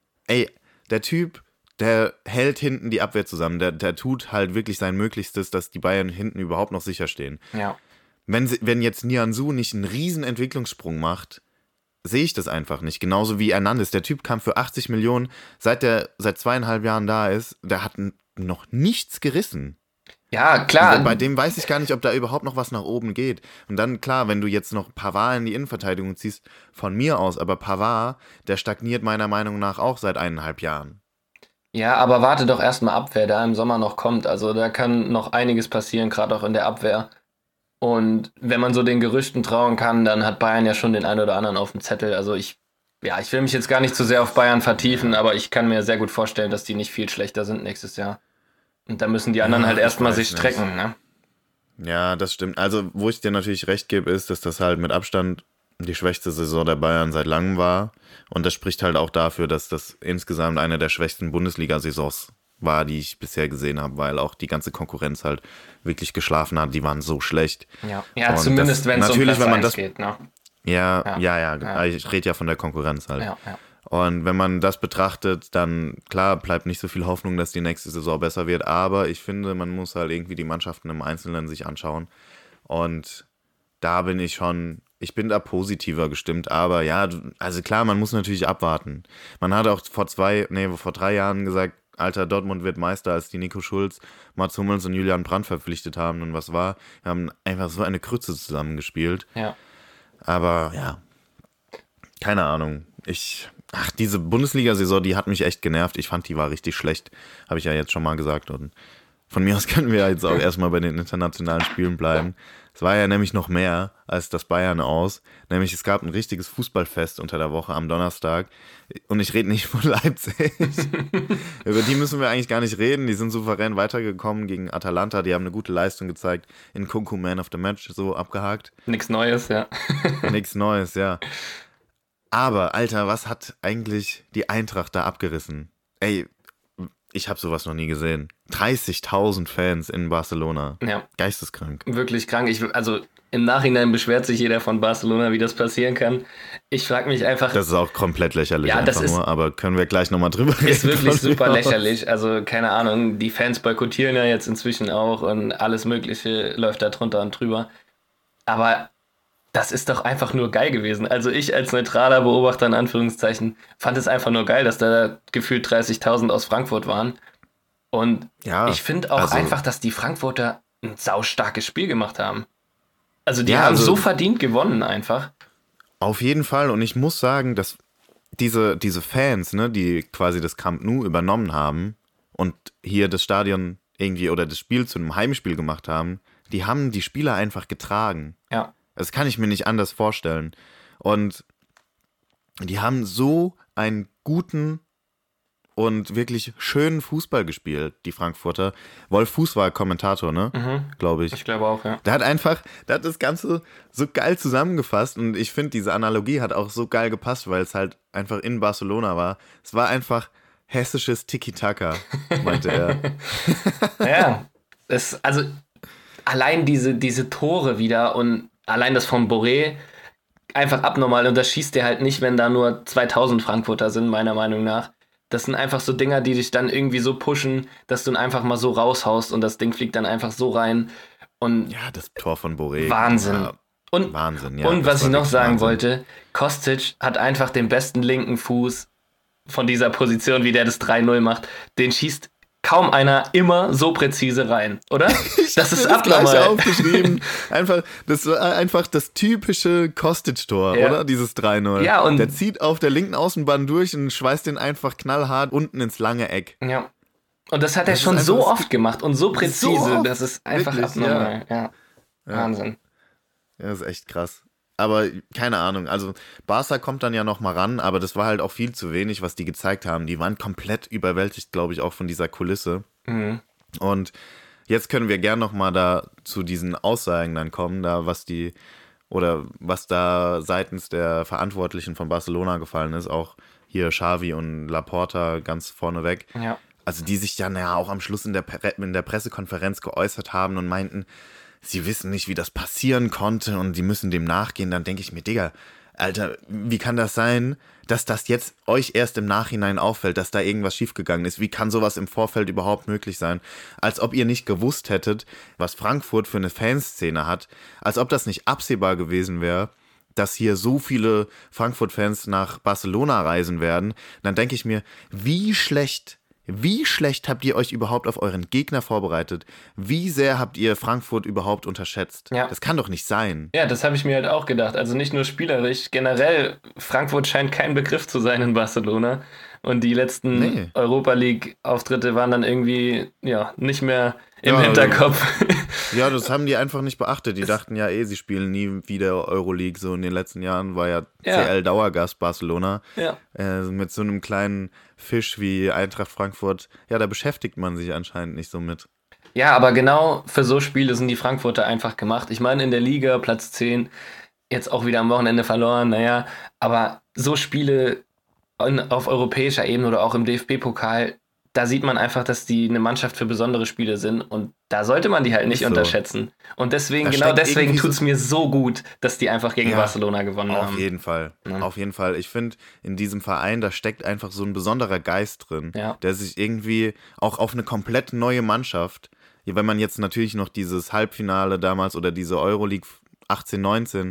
der Typ, der hält hinten die Abwehr zusammen. Der tut halt wirklich sein Möglichstes, dass die Bayern hinten überhaupt noch sicher stehen. Ja. Wenn jetzt Nianzou nicht einen riesen Entwicklungssprung macht, sehe ich das einfach nicht. Genauso wie Hernandez. Der Typ kam für 80 Millionen, seit 2,5 Jahren da ist, der hat noch nichts gerissen. Ja, klar. Bei dem weiß ich gar nicht, ob da überhaupt noch was nach oben geht. Und dann, klar, wenn du jetzt noch Pavard in die Innenverteidigung ziehst, von mir aus, aber Pavard, der stagniert meiner Meinung nach auch seit 1,5 Jahren. Ja, aber warte doch erstmal ab, wer da im Sommer noch kommt. Also da kann noch einiges passieren, gerade auch in der Abwehr. Und wenn man so den Gerüchten trauen kann, dann hat Bayern ja schon den einen oder anderen auf dem Zettel. Also ich will mich jetzt gar nicht zu sehr auf Bayern vertiefen, aber ich kann mir sehr gut vorstellen, dass die nicht viel schlechter sind nächstes Jahr. Und da müssen die anderen halt erstmal sich strecken, ne? Ja, das stimmt. Also, wo ich dir natürlich recht gebe, ist, dass das halt mit Abstand die schwächste Saison der Bayern seit langem war. Und das spricht halt auch dafür, dass das insgesamt eine der schwächsten Bundesliga-Saisons war, die ich bisher gesehen habe, weil auch die ganze Konkurrenz halt wirklich geschlafen hat. Die waren so schlecht. Ja, zumindest wenn es um Platz 1 geht, ne? Ja. Ich rede ja von der Konkurrenz halt. Ja. Und wenn man das betrachtet, dann, klar, bleibt nicht so viel Hoffnung, dass die nächste Saison besser wird. Aber ich finde, man muss halt irgendwie die Mannschaften im Einzelnen sich anschauen. Und da bin ich da positiver gestimmt. Aber ja, also klar, man muss natürlich abwarten. Man hat auch vor 3 Jahren gesagt, Alter, Dortmund wird Meister, als die Nico Schulz, Mats Hummels und Julian Brandt verpflichtet haben. Und was war? Wir haben einfach so eine Krütze zusammengespielt. Ja. Aber ja, keine Ahnung. Diese Bundesliga-Saison, die hat mich echt genervt. Ich fand, die war richtig schlecht. Habe ich ja jetzt schon mal gesagt. Und von mir aus können wir jetzt auch erstmal bei den internationalen Spielen bleiben. Es war ja nämlich noch mehr als das Bayern aus. Nämlich es gab ein richtiges Fußballfest unter der Woche am Donnerstag. Und ich rede nicht von Leipzig. Über die müssen wir eigentlich gar nicht reden. Die sind souverän weitergekommen gegen Atalanta. Die haben eine gute Leistung gezeigt. In Kunku Man of the Match so abgehakt. Nichts Neues, ja. Nichts Neues, ja. Aber, Alter, was hat eigentlich die Eintracht da abgerissen? Ey, ich habe sowas noch nie gesehen. 30.000 Fans in Barcelona. Ja. Geisteskrank. Wirklich krank. Also im Nachhinein beschwert sich jeder von Barcelona, wie das passieren kann. Ich frage mich einfach. Das ist auch komplett lächerlich, ja, einfach nur, aber können wir gleich nochmal drüber reden. Ist wirklich super lächerlich. Also keine Ahnung, die Fans boykottieren ja jetzt inzwischen auch und alles Mögliche läuft da drunter und drüber. Aber das ist doch einfach nur geil gewesen. Also ich als neutraler Beobachter in Anführungszeichen fand es einfach nur geil, dass da gefühlt 30.000 aus Frankfurt waren. Und Ja, ich finde auch also- einfach, dass die Frankfurter ein saustarkes Spiel gemacht haben. Also die Ja, haben also- so verdient gewonnen einfach. Auf jeden Fall. Und ich muss sagen, dass diese Fans, ne, die quasi das Camp Nou übernommen haben und hier das Stadion irgendwie oder das Spiel zu einem Heimspiel gemacht haben, die haben die Spieler einfach getragen. Ja. Das kann ich mir nicht anders vorstellen. Und die haben so einen guten und wirklich schönen Fußball gespielt, die Frankfurter. Wolf Fuß war Kommentator, ne? Glaube ich. Ich glaube auch, ja. Der hat das Ganze so geil zusammengefasst und ich finde, diese Analogie hat auch so geil gepasst, weil es halt einfach in Barcelona war. Es war einfach hessisches Tiki-Taka, meinte er. Ja, also allein diese Tore wieder und allein das von Boré einfach abnormal und das schießt der halt nicht, wenn da nur 2000 Frankfurter sind, meiner Meinung nach. Das sind einfach so Dinger, die dich dann irgendwie so pushen, dass du ihn einfach mal so raushaust und das Ding fliegt dann einfach so rein. Und Ja, das Tor von Boré. Wahnsinn. Ja, Und, Wahnsinn, ja. und das was war ich noch wirklich sagen Wahnsinn. wollte, Kostic hat einfach den besten linken Fuß von dieser Position, wie der das 3-0 macht. Den schießt kaum einer immer so präzise rein, oder? Das ist das Gleiche abnormal. aufgeschrieben. Das war einfach das typische Kostic-Tor, Ja. oder? Dieses 3-0. Ja, und- der zieht auf der linken Außenbahn durch und schweißt den einfach knallhart unten ins lange Eck. Ja. Und das hat er Das ist schon so einfach- oft gemacht und so präzise. oft, Das ist einfach wirklich, abnormal. Ja. Wahnsinn. Ja, das ist echt krass. Aber keine Ahnung, also Barca kommt dann ja noch mal ran, aber das war halt auch viel zu wenig, was die gezeigt haben. Die waren komplett überwältigt, glaube ich, auch von dieser Kulisse. Mhm. Und jetzt können wir gern noch mal da zu diesen Aussagen dann kommen, da was da seitens der Verantwortlichen von Barcelona gefallen ist, auch hier Xavi und Laporta ganz vorneweg. Ja. Also die sich dann ja auch am Schluss in der Pressekonferenz geäußert haben und meinten, sie wissen nicht, wie das passieren konnte und die müssen dem nachgehen. Dann denke ich mir, Digga, Alter, wie kann das sein, dass das jetzt euch erst im Nachhinein auffällt, dass da irgendwas schiefgegangen ist? Wie kann sowas im Vorfeld überhaupt möglich sein? Als ob ihr nicht gewusst hättet, was Frankfurt für eine Fanszene hat. Als ob das nicht absehbar gewesen wäre, dass hier so viele Frankfurt-Fans nach Barcelona reisen werden. Dann denke ich mir, wie schlecht habt ihr euch überhaupt auf euren Gegner vorbereitet? Wie sehr habt ihr Frankfurt überhaupt unterschätzt? Ja. Das kann doch nicht sein. Ja, das habe ich mir halt auch gedacht. Also nicht nur spielerisch, generell, Frankfurt scheint kein Begriff zu sein in Barcelona. Und die letzten Nee. Europa League-Auftritte waren dann irgendwie, ja, nicht mehr im Ja, Hinterkopf. Ja, das haben die einfach nicht beachtet. Die dachten ja sie spielen nie wieder Euroleague. So in den letzten Jahren war ja Ja. CL-Dauergast Barcelona. Ja. Mit so einem kleinen Fisch wie Eintracht Frankfurt. Ja, da beschäftigt man sich anscheinend nicht so mit. Ja, aber genau für so Spiele sind die Frankfurter einfach gemacht. Ich meine, in der Liga Platz 10, jetzt auch wieder am Wochenende verloren, naja, aber so Spiele auf europäischer Ebene oder auch im DFB-Pokal, da sieht man einfach, dass die eine Mannschaft für besondere Spiele sind und da sollte man die halt nicht Ist so. unterschätzen. Und deswegen, Da genau steckt deswegen irgendwie tut es mir so gut, dass die einfach gegen Ja, Barcelona gewonnen Auf haben. jeden Fall. Ja. Auf jeden Fall. Ich finde, in diesem Verein, da steckt einfach so ein besonderer Geist drin, Ja. der sich irgendwie auch auf eine komplett neue Mannschaft, wenn man jetzt natürlich noch dieses Halbfinale damals oder diese Euroleague 18, 19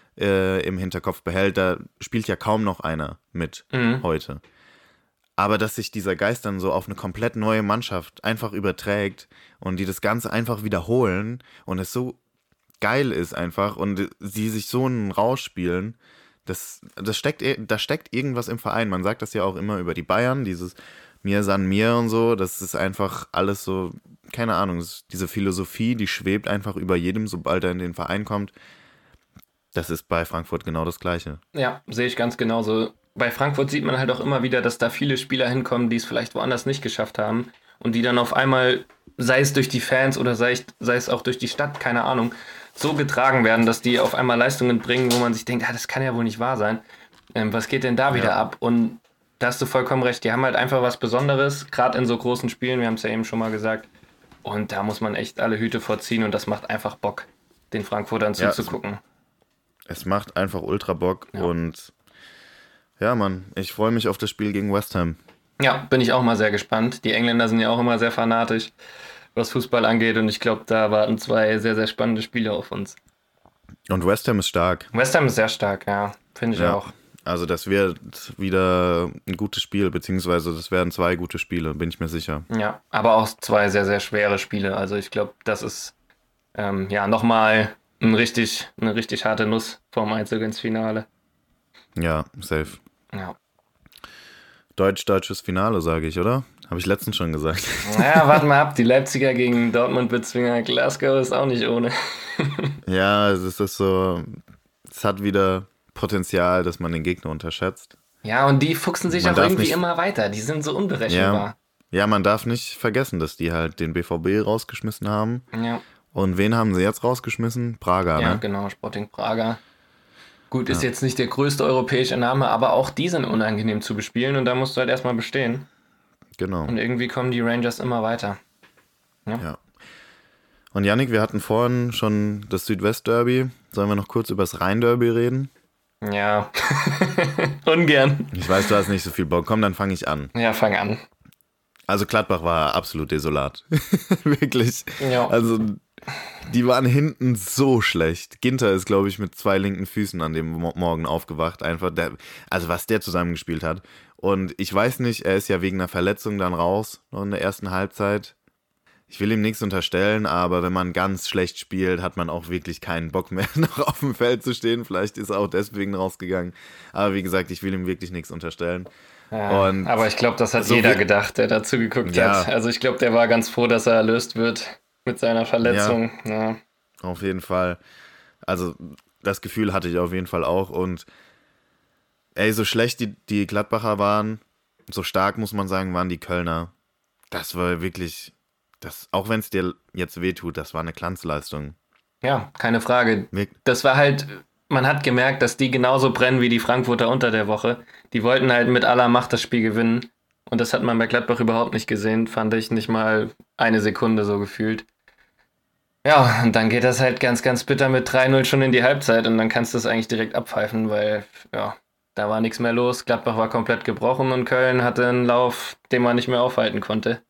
im Hinterkopf behält, da spielt ja kaum noch einer mit heute. Aber dass sich dieser Geist dann so auf eine komplett neue Mannschaft einfach überträgt und die das Ganze einfach wiederholen und es so geil ist einfach und sie sich so einen rausspielen, da steckt irgendwas im Verein. Man sagt das ja auch immer über die Bayern, dieses Mir san mir und so. Das ist einfach alles so, keine Ahnung, diese Philosophie, die schwebt einfach über jedem, sobald er in den Verein kommt. Das ist bei Frankfurt genau das Gleiche. Ja, sehe ich ganz genauso. Bei Frankfurt sieht man halt auch immer wieder, dass da viele Spieler hinkommen, die es vielleicht woanders nicht geschafft haben und die dann auf einmal, sei es durch die Fans oder sei es auch durch die Stadt, keine Ahnung, so getragen werden, dass die auf einmal Leistungen bringen, wo man sich denkt, das kann ja wohl nicht wahr sein. Was geht denn da wieder ab? Und da hast du vollkommen recht, die haben halt einfach was Besonderes, gerade in so großen Spielen, wir haben es ja eben schon mal gesagt. Und da muss man echt alle Hüte vorziehen und das macht einfach Bock, den Frankfurtern zuzugucken. Es macht einfach ultra Bock Ja. Und ja, Mann, ich freue mich auf das Spiel gegen West Ham. Ja, bin ich auch mal sehr gespannt. Die Engländer sind ja auch immer sehr fanatisch, was Fußball angeht. Und ich glaube, da warten 2 sehr, sehr spannende Spiele auf uns. Und West Ham ist stark. West Ham ist sehr stark, ja. Finde ich auch. Also das wird wieder ein gutes Spiel, beziehungsweise das werden 2 gute Spiele, bin ich mir sicher. Ja, aber auch 2 sehr, sehr schwere Spiele. Also ich glaube, das ist nochmal eine richtig harte Nuss vorm Einzug ins Finale. Ja, safe. Ja. Deutsches Finale, sage ich, oder? Habe ich letztens schon gesagt. Naja, warten wir ab. Die Leipziger gegen Dortmund-Bezwinger Glasgow ist auch nicht ohne. Ja, es ist so, es hat wieder Potenzial, dass man den Gegner unterschätzt. Ja, und die fuchsen sich Man auch darf irgendwie nicht- immer weiter. Die sind so unberechenbar. Ja, man darf nicht vergessen, dass die halt den BVB rausgeschmissen haben. Ja, Und wen haben sie jetzt rausgeschmissen? Braga, ja, ne? genau, Sporting Praga. Gut, ist jetzt nicht der größte europäische Name, aber auch die sind unangenehm zu bespielen und da musst du halt erstmal bestehen. Genau. Und irgendwie kommen die Rangers immer weiter. Ja. Und Yannick, wir hatten vorhin schon das Südwest-Derby. Sollen wir noch kurz über das Rhein-Derby reden? Ja, ungern. Ich weiß, du hast nicht so viel Bock. Komm, dann fange ich an. Ja, fang an. Also Gladbach war absolut desolat. Wirklich. Ja. Also die waren hinten so schlecht. Ginter ist, glaube ich, mit 2 linken Füßen an dem Morgen aufgewacht. Einfach, also was der zusammengespielt hat. Und ich weiß nicht, er ist ja wegen einer Verletzung dann raus, noch in der ersten Halbzeit. Ich will ihm nichts unterstellen, aber wenn man ganz schlecht spielt, hat man auch wirklich keinen Bock mehr, noch auf dem Feld zu stehen. Vielleicht ist er auch deswegen rausgegangen. Aber wie gesagt, ich will ihm wirklich nichts unterstellen. Ja, Und aber ich glaube, das hat so jeder wie- gedacht, der dazu geguckt Ja. hat. Also ich glaube, der war ganz froh, dass er erlöst wird mit seiner Verletzung. Ja. Auf jeden Fall. Also das Gefühl hatte ich auf jeden Fall auch. Und ey, so schlecht die Gladbacher waren, so stark muss man sagen, waren die Kölner. Das war wirklich, auch wenn es dir jetzt wehtut, das war eine Glanzleistung. Ja, keine Frage. Wir- Das war halt, man hat gemerkt, dass die genauso brennen wie die Frankfurter unter der Woche. Die wollten halt mit aller Macht das Spiel gewinnen. Und das hat man bei Gladbach überhaupt nicht gesehen, fand ich nicht mal eine Sekunde so gefühlt. Ja, und dann geht das halt ganz, ganz bitter mit 3-0 schon in die Halbzeit und dann kannst du es eigentlich direkt abpfeifen, weil, ja, da war nichts mehr los. Gladbach war komplett gebrochen und Köln hatte einen Lauf, den man nicht mehr aufhalten konnte.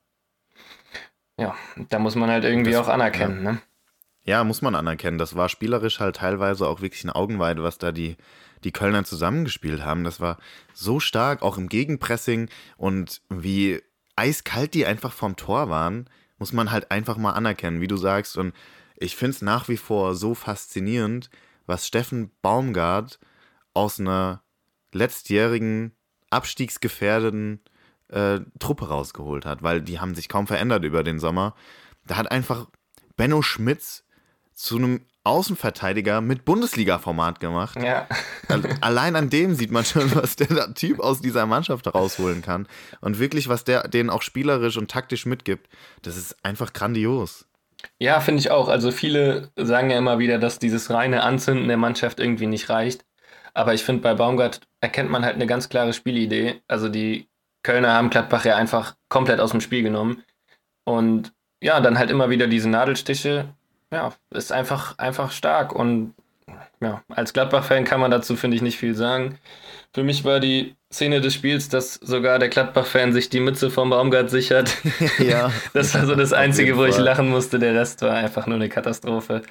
Ja, da muss man halt irgendwie Das- auch anerkennen, ne? Ja, muss man anerkennen. Das war spielerisch halt teilweise auch wirklich eine Augenweide, was da die Kölner zusammengespielt haben. Das war so stark, auch im Gegenpressing und wie eiskalt die einfach vorm Tor waren, muss man halt einfach mal anerkennen, wie du sagst. Und ich finde es nach wie vor so faszinierend, was Steffen Baumgart aus einer letztjährigen, abstiegsgefährdeten Truppe rausgeholt hat, weil die haben sich kaum verändert über den Sommer. Da hat einfach Benno Schmitz zu einem Außenverteidiger mit Bundesliga-Format gemacht. Ja. Allein an dem sieht man schon, was der Typ aus dieser Mannschaft rausholen kann. Und wirklich, was der denen auch spielerisch und taktisch mitgibt. Das ist einfach grandios. Ja, finde ich auch. Also viele sagen ja immer wieder, dass dieses reine Anzünden der Mannschaft irgendwie nicht reicht. Aber ich finde, bei Baumgart erkennt man halt eine ganz klare Spielidee. Also die Kölner haben Gladbach ja einfach komplett aus dem Spiel genommen. Und ja, dann halt immer wieder diese Nadelstiche. Ja, ist einfach stark. Und ja, als Gladbach-Fan kann man dazu, finde ich, nicht viel sagen. Für mich war die Szene des Spiels, dass sogar der Gladbach-Fan sich die Mütze vom Baumgart sichert. Ja. Das war so das Auf Einzige, jeden wo ich Fall. lachen musste. Der Rest war einfach nur eine Katastrophe.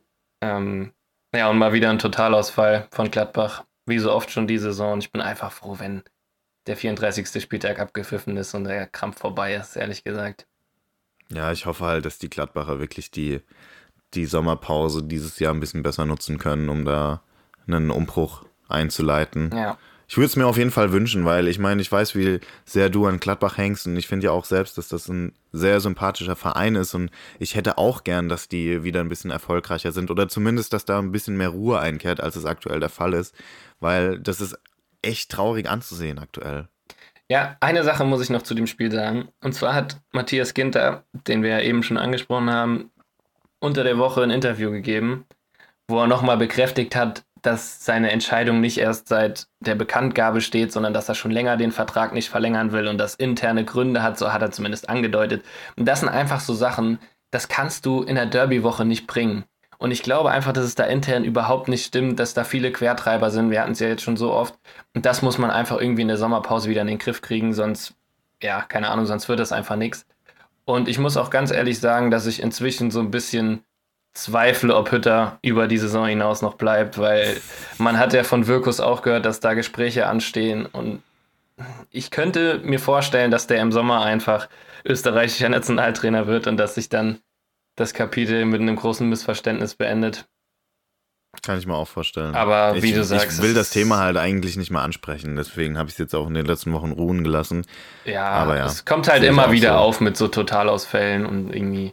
Ja, und mal wieder ein Totalausfall von Gladbach. Wie so oft schon die Saison. Ich bin einfach froh, wenn der 34. Spieltag abgepfiffen ist und der Krampf vorbei ist, ehrlich gesagt. Ja, ich hoffe halt, dass die Gladbacher wirklich die Sommerpause dieses Jahr ein bisschen besser nutzen können, um da einen Umbruch einzuleiten. Ja. Ich würde es mir auf jeden Fall wünschen, weil ich meine, ich weiß, wie sehr du an Gladbach hängst und ich finde ja auch selbst, dass das ein sehr sympathischer Verein ist und ich hätte auch gern, dass die wieder ein bisschen erfolgreicher sind oder zumindest, dass da ein bisschen mehr Ruhe einkehrt, als es aktuell der Fall ist, weil das ist echt traurig anzusehen aktuell. Ja, eine Sache muss ich noch zu dem Spiel sagen. Und zwar hat Matthias Ginter, den wir ja eben schon angesprochen haben, unter der Woche ein Interview gegeben, wo er nochmal bekräftigt hat, dass seine Entscheidung nicht erst seit der Bekanntgabe steht, sondern dass er schon länger den Vertrag nicht verlängern will und das interne Gründe hat, so hat er zumindest angedeutet. Und das sind einfach so Sachen, das kannst du in der Derby-Woche nicht bringen. Und ich glaube einfach, dass es da intern überhaupt nicht stimmt, dass da viele Quertreiber sind. Wir hatten es ja jetzt schon so oft. Und das muss man einfach irgendwie in der Sommerpause wieder in den Griff kriegen, sonst, ja, keine Ahnung, sonst wird das einfach nichts. Und ich muss auch ganz ehrlich sagen, dass ich inzwischen so ein bisschen zweifle, ob Hütter über die Saison hinaus noch bleibt, weil man hat ja von Wirkus auch gehört, dass da Gespräche anstehen und ich könnte mir vorstellen, dass der im Sommer einfach österreichischer Nationaltrainer wird und dass sich dann das Kapitel mit einem großen Missverständnis beendet. Kann ich mir auch vorstellen. Aber wie du sagst... Ich will das Thema halt eigentlich nicht mehr ansprechen, deswegen habe ich es jetzt auch in den letzten Wochen ruhen gelassen. Ja, aber ja, es kommt halt immer wieder auf mit so Totalausfällen und irgendwie...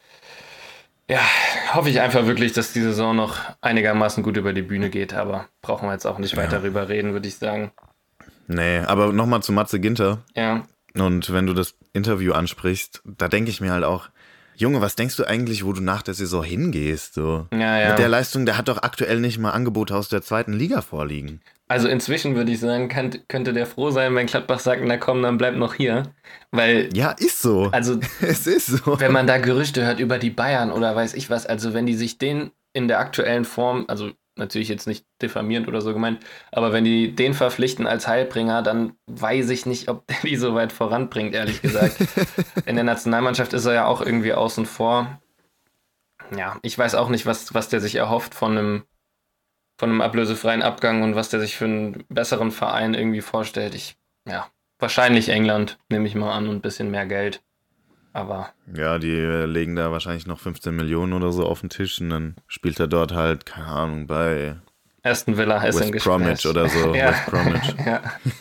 Ja, hoffe ich einfach wirklich, dass die Saison noch einigermaßen gut über die Bühne geht, aber brauchen wir jetzt auch nicht weiter drüber reden, würde ich sagen. Nee, aber nochmal zu Matze Ginter. Ja. Und wenn du das Interview ansprichst, da denke ich mir halt auch, Junge, was denkst du eigentlich, wo du nach der Saison hingehst? So? Ja. Mit der Leistung, der hat doch aktuell nicht mal Angebote aus der zweiten Liga vorliegen. Also inzwischen würde ich sagen, könnte der froh sein, wenn Gladbach sagt, na komm, dann bleib noch hier. Weil. Ja, ist so. Also, es ist so. Wenn man da Gerüchte hört über die Bayern oder weiß ich was, also wenn die sich den in der aktuellen Form, also natürlich jetzt nicht diffamierend oder so gemeint, aber wenn die den verpflichten als Heilbringer, dann weiß ich nicht, ob der die so weit voranbringt, ehrlich gesagt. In der Nationalmannschaft ist er ja auch irgendwie außen vor. Ja, ich weiß auch nicht, was der sich erhofft von einem ablösefreien Abgang und was der sich für einen besseren Verein irgendwie vorstellt. Wahrscheinlich England, nehme ich mal an, und ein bisschen mehr Geld. Aber. Ja, die legen da wahrscheinlich noch 15 Millionen oder so auf den Tisch und dann spielt er dort halt, keine Ahnung, bei Aston Villa ist West Bromwich oder so. Ja. West Bromwich. Ja.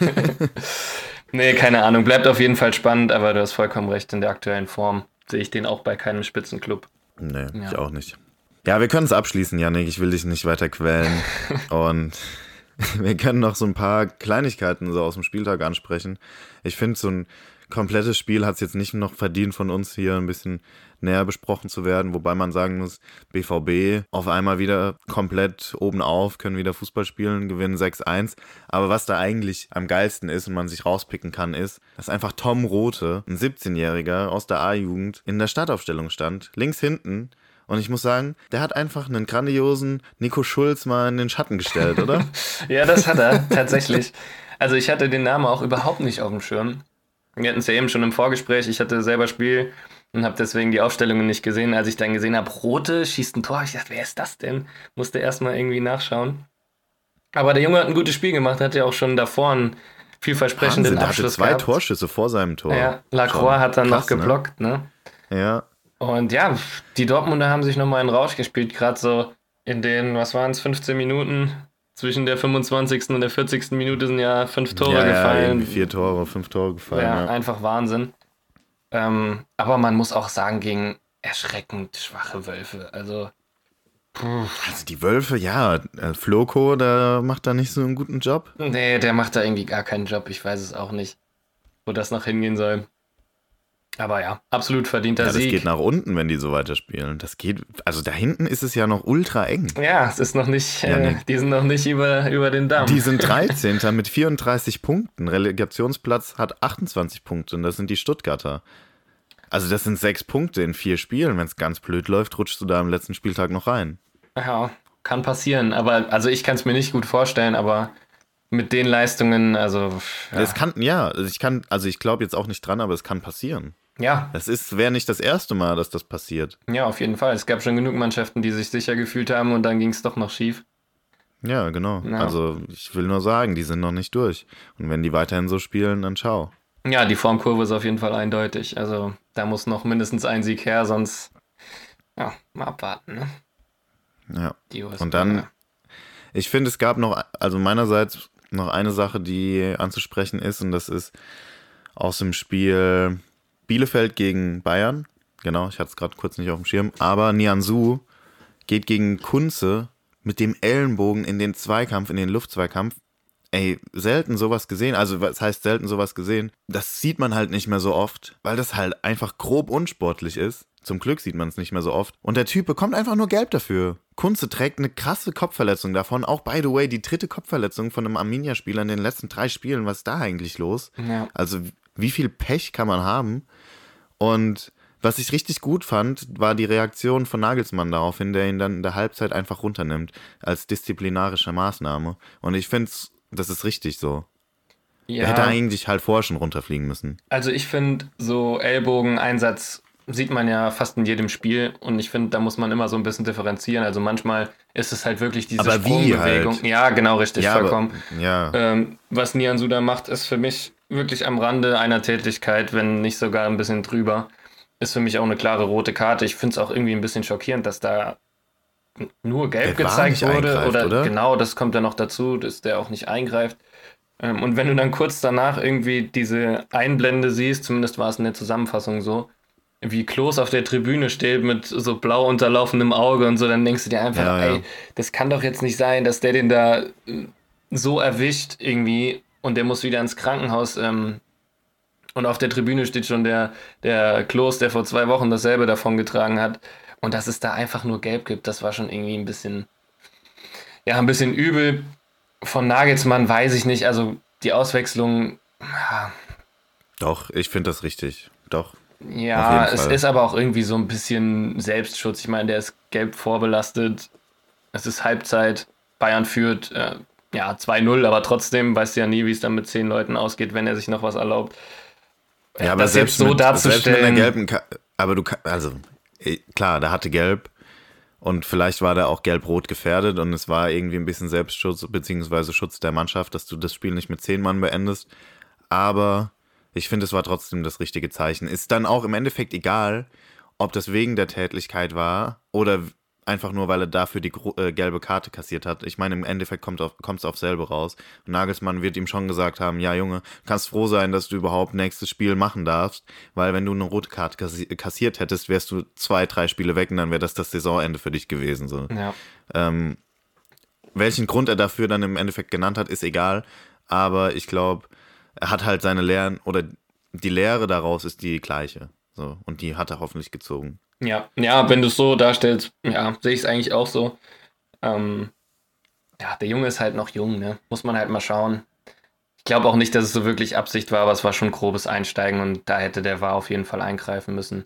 Nee, keine Ahnung. Bleibt auf jeden Fall spannend, aber du hast vollkommen recht, in der aktuellen Form sehe ich den auch bei keinem Spitzenclub. Nee, ich auch nicht. Ja, wir können es abschließen, Yannick. Ich will dich nicht weiter quälen. Und wir können noch so ein paar Kleinigkeiten so aus dem Spieltag ansprechen. Ich finde, so ein komplettes Spiel hat es jetzt nicht noch verdient, von uns hier ein bisschen näher besprochen zu werden. Wobei man sagen muss, BVB auf einmal wieder komplett oben auf, können wieder Fußball spielen, gewinnen 6-1. Aber was da eigentlich am geilsten ist und man sich rauspicken kann, ist, dass einfach Tom Rothe, ein 17-Jähriger aus der A-Jugend, in der Startaufstellung stand. Links hinten. Und ich muss sagen, der hat einfach einen grandiosen Nico Schulz mal in den Schatten gestellt, oder? Ja, das hat er, tatsächlich. Also ich hatte den Namen auch überhaupt nicht auf dem Schirm. Wir hatten es ja eben schon im Vorgespräch, ich hatte selber Spiel und habe deswegen die Aufstellungen nicht gesehen. Als ich dann gesehen habe, Rothe schießt ein Tor, ich dachte, wer ist das denn? Musste erstmal irgendwie nachschauen. Aber der Junge hat ein gutes Spiel gemacht, hat ja auch schon davor einen vielversprechenden Abschluss gehabt. Der hatte 2 Torschüsse vor seinem Tor. Ja, Lacroix hat dann noch geblockt, ne? Ja. Und ja, die Dortmunder haben sich nochmal einen Rausch gespielt, gerade so in den, 15 Minuten zwischen der 25. und der 40. Minute sind ja 5 Tore gefallen. Ja, 4 Tore, 5 Tore gefallen. Ja, einfach Wahnsinn. Aber man muss auch sagen, gegen erschreckend schwache Wölfe, also die Wölfe, ja, Floko, der macht da nicht so einen guten Job. Nee, der macht da irgendwie gar keinen Job, ich weiß es auch nicht, wo das noch hingehen soll. Aber ja, absolut verdienter Sieg. Das geht nach unten, wenn die so weiterspielen. Das geht, also da hinten ist es ja noch ultra eng. Ja, es ist noch nicht, die sind noch nicht über den Damm. Die sind 13. mit 34 Punkten. Relegationsplatz hat 28 Punkte und das sind die Stuttgarter. Also das sind 6 Punkte in 4 Spielen. Wenn es ganz blöd läuft, rutschst du da am letzten Spieltag noch rein. Ja, kann passieren. Aber also ich kann es mir nicht gut vorstellen, aber mit den Leistungen, also. Ja. Ich glaube jetzt auch nicht dran, aber es kann passieren. Ja. Wäre nicht das erste Mal, dass das passiert. Ja, auf jeden Fall. Es gab schon genug Mannschaften, die sich sicher gefühlt haben und dann ging es doch noch schief. Ja, genau. Ja. Also ich will nur sagen, die sind noch nicht durch. Und wenn die weiterhin so spielen, dann ciao. Ja, die Formkurve ist auf jeden Fall eindeutig. Also da muss noch mindestens ein Sieg her, sonst mal abwarten. Ne? Ja. Und dann Ich finde, es gab noch, also meinerseits noch eine Sache, die anzusprechen ist, und das ist aus dem Spiel Bielefeld gegen Bayern. Genau, ich hatte es gerade kurz nicht auf dem Schirm. Aber Nianzou geht gegen Kunze mit dem Ellenbogen in den Zweikampf, in den Luftzweikampf. Ey, selten sowas gesehen. Also, was heißt selten sowas gesehen? Das sieht man halt nicht mehr so oft, weil das halt einfach grob unsportlich ist. Zum Glück sieht man es nicht mehr so oft. Und der Typ bekommt einfach nur Gelb dafür. Kunze trägt eine krasse Kopfverletzung davon. Auch, by the way, die 3. Kopfverletzung von einem Arminia-Spieler in den letzten 3 Spielen. Was ist da eigentlich los? Ja. Also, wie viel Pech kann man haben? Und was ich richtig gut fand, war die Reaktion von Nagelsmann daraufhin, der ihn dann in der Halbzeit einfach runternimmt, als disziplinarische Maßnahme. Und ich finde, das ist richtig so. Er hätte Ja, eigentlich halt vorher schon runterfliegen müssen. also ich finde, so Ellbogeneinsatz sieht man ja fast in jedem Spiel und ich finde, da muss man immer so ein bisschen differenzieren. Also manchmal ist es halt wirklich diese Aber wie Sprungbewegung. halt? Ja, genau, richtig, Ja, vollkommen. aber, ja, Was Nianzou da macht, ist für mich wirklich am Rande einer Tätigkeit, wenn nicht sogar ein bisschen drüber. Ist für mich auch eine klare rote Karte. Ich finde es auch irgendwie ein bisschen schockierend, dass da nur gelb der war gezeigt nicht wurde. eingreift, oder? Genau, das kommt ja noch dazu, dass der auch nicht eingreift. Und wenn du dann kurz danach irgendwie diese Einblende siehst, zumindest war es in der Zusammenfassung so, wie Klose auf der Tribüne steht mit so blau unterlaufendem Auge und so, dann denkst du dir einfach, Ja, ja. ey, das kann doch jetzt nicht sein, dass der den da so erwischt irgendwie und der muss wieder ins Krankenhaus. Und auf der Tribüne steht schon der Klose, der vor 2 Wochen dasselbe davongetragen hat. Und dass es da einfach nur gelb gibt, das war schon irgendwie ein bisschen übel. Von Nagelsmann weiß ich nicht, also die Auswechslung, Doch, ich finde das richtig. Doch, auf ja, jeden es Fall. ist aber auch irgendwie so ein bisschen Selbstschutz. Ich meine, der ist gelb vorbelastet. Es ist Halbzeit. Bayern führt, ja, 2-0, aber trotzdem weißt du ja nie, wie es dann mit 10 Leuten ausgeht, wenn er sich noch was erlaubt. Ja, aber Das jetzt so selbst mit einer darzustellen, gelben aber also, klar, der hatte gelb und vielleicht war der auch gelb-rot gefährdet und es war irgendwie ein bisschen Selbstschutz beziehungsweise Schutz der Mannschaft, dass du das Spiel nicht mit 10 Mann beendest. Aber ich finde, es war trotzdem das richtige Zeichen. Ist dann auch im Endeffekt egal, ob das wegen der Tätlichkeit war oder einfach nur, weil er dafür die gelbe Karte kassiert hat. Ich meine, im Endeffekt kommt es auf selbe raus. Und Nagelsmann wird ihm schon gesagt haben, ja Junge, kannst froh sein, dass du überhaupt nächstes Spiel machen darfst, weil wenn du eine rote Karte kassiert hättest, wärst du 2, 3 Spiele weg und dann wäre das Saisonende für dich gewesen. So. ja. Welchen Grund er dafür dann im Endeffekt genannt hat, ist egal. Aber ich glaube, er hat halt seine Lehren oder die Lehre daraus ist die gleiche. So, und die hat er hoffentlich gezogen. Ja, wenn du es so darstellst, ja, sehe ich es eigentlich auch so. Ähm, ja, der Junge ist halt noch jung, ne? Muss man halt mal schauen. Ich glaube auch nicht, dass es so wirklich Absicht war, aber es war schon grobes Einsteigen und da hätte der VAR auf jeden Fall eingreifen müssen.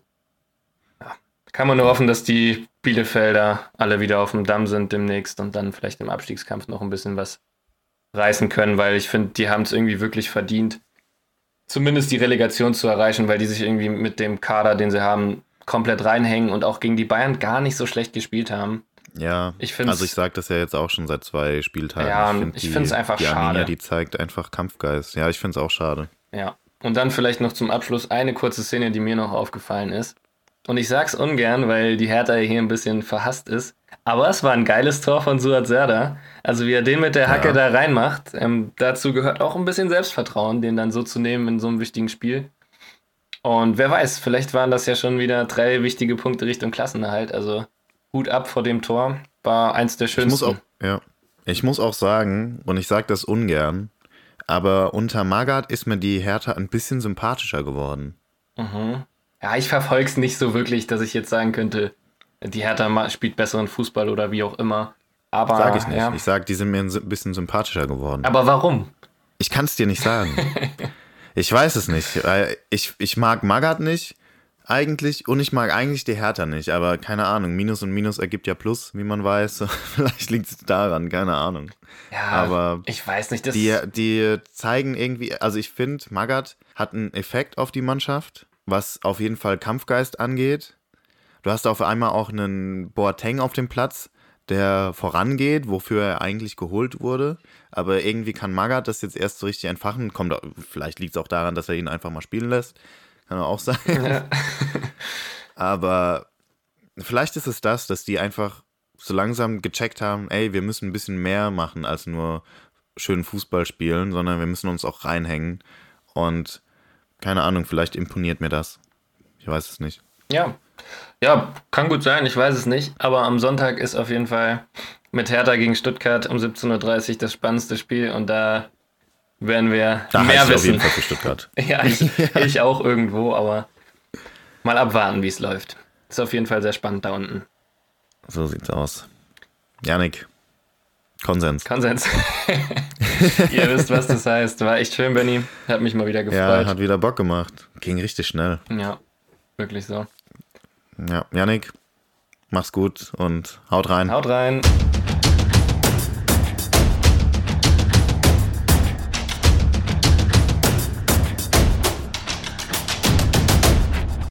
Kann man nur hoffen, dass die Bielefelder alle wieder auf dem Damm sind demnächst und dann vielleicht im Abstiegskampf noch ein bisschen was reißen können, weil ich finde, die haben es irgendwie wirklich verdient, zumindest die Relegation zu erreichen, weil die sich irgendwie mit dem Kader, den sie haben, komplett reinhängen und auch gegen die Bayern gar nicht so schlecht gespielt haben. Ja, Ich find's, also ich sage das ja jetzt auch schon seit 2 Spieltagen. ja, find ich finde es einfach die Arminia, schade. die zeigt einfach Kampfgeist. Ja, ich finde es auch schade. Ja. Und dann vielleicht noch zum Abschluss eine kurze Szene, die mir noch aufgefallen ist. Und ich sag's ungern, weil die Hertha hier ein bisschen verhasst ist. Aber es war ein geiles Tor von Suat Serdar. Also wie er den mit der Hacke Ja. da reinmacht. Dazu gehört auch ein bisschen Selbstvertrauen, den dann so zu nehmen in so einem wichtigen Spiel. Und wer weiß, vielleicht waren das ja schon wieder 3 wichtige Punkte Richtung Klassenerhalt. Also Hut ab vor dem Tor. War eins der Ich muss auch, schönsten. ja, ich muss auch sagen, und ich sage das ungern, aber unter Magath ist mir die Hertha ein bisschen sympathischer geworden. Mhm. Ja, ich verfolge es nicht so wirklich, dass ich jetzt sagen könnte, die Hertha spielt besseren Fußball oder wie auch immer. Aber Sage ich nicht. ja. Ich sage, die sind mir ein bisschen sympathischer geworden. Aber warum? Ich kann es dir nicht sagen. Ich weiß es nicht. Ich mag Magath nicht eigentlich und ich mag eigentlich die Hertha nicht. Aber keine Ahnung, Minus und Minus ergibt ja Plus, wie man weiß. Vielleicht liegt es daran, keine Ahnung. Ja, Aber ich weiß nicht, das. die zeigen irgendwie, also ich finde, Magath hat einen Effekt auf die Mannschaft, was auf jeden Fall Kampfgeist angeht. Du hast auf einmal auch einen Boateng auf dem Platz, der vorangeht, wofür er eigentlich geholt wurde. Aber irgendwie kann Magath das jetzt erst so richtig entfachen. Vielleicht liegt es auch daran, dass er ihn einfach mal spielen lässt. Kann auch sein. Ja. Aber vielleicht ist es das, dass die einfach so langsam gecheckt haben, ey, wir müssen ein bisschen mehr machen als nur schön Fußball spielen, sondern wir müssen uns auch reinhängen. Und keine Ahnung, vielleicht imponiert mir das. Ich weiß es nicht. Ja. Ja, kann gut sein, ich weiß es nicht. Aber am Sonntag ist auf jeden Fall mit Hertha gegen Stuttgart um 17:30 Uhr das spannendste Spiel und da werden wir Da mehr heißt es auf jeden wissen. Fall für Stuttgart. Ja, ich auch irgendwo, aber mal abwarten, wie es läuft. Ist auf jeden Fall sehr spannend da unten. So sieht's aus. Yannick, Konsens. Konsens. Ihr wisst, was das heißt. War echt schön, Benny. Hat mich mal wieder Ja, gefreut. hat wieder Bock gemacht. Ging richtig schnell. Ja, wirklich so. Ja, Yannick, mach's gut und haut rein. Haut rein.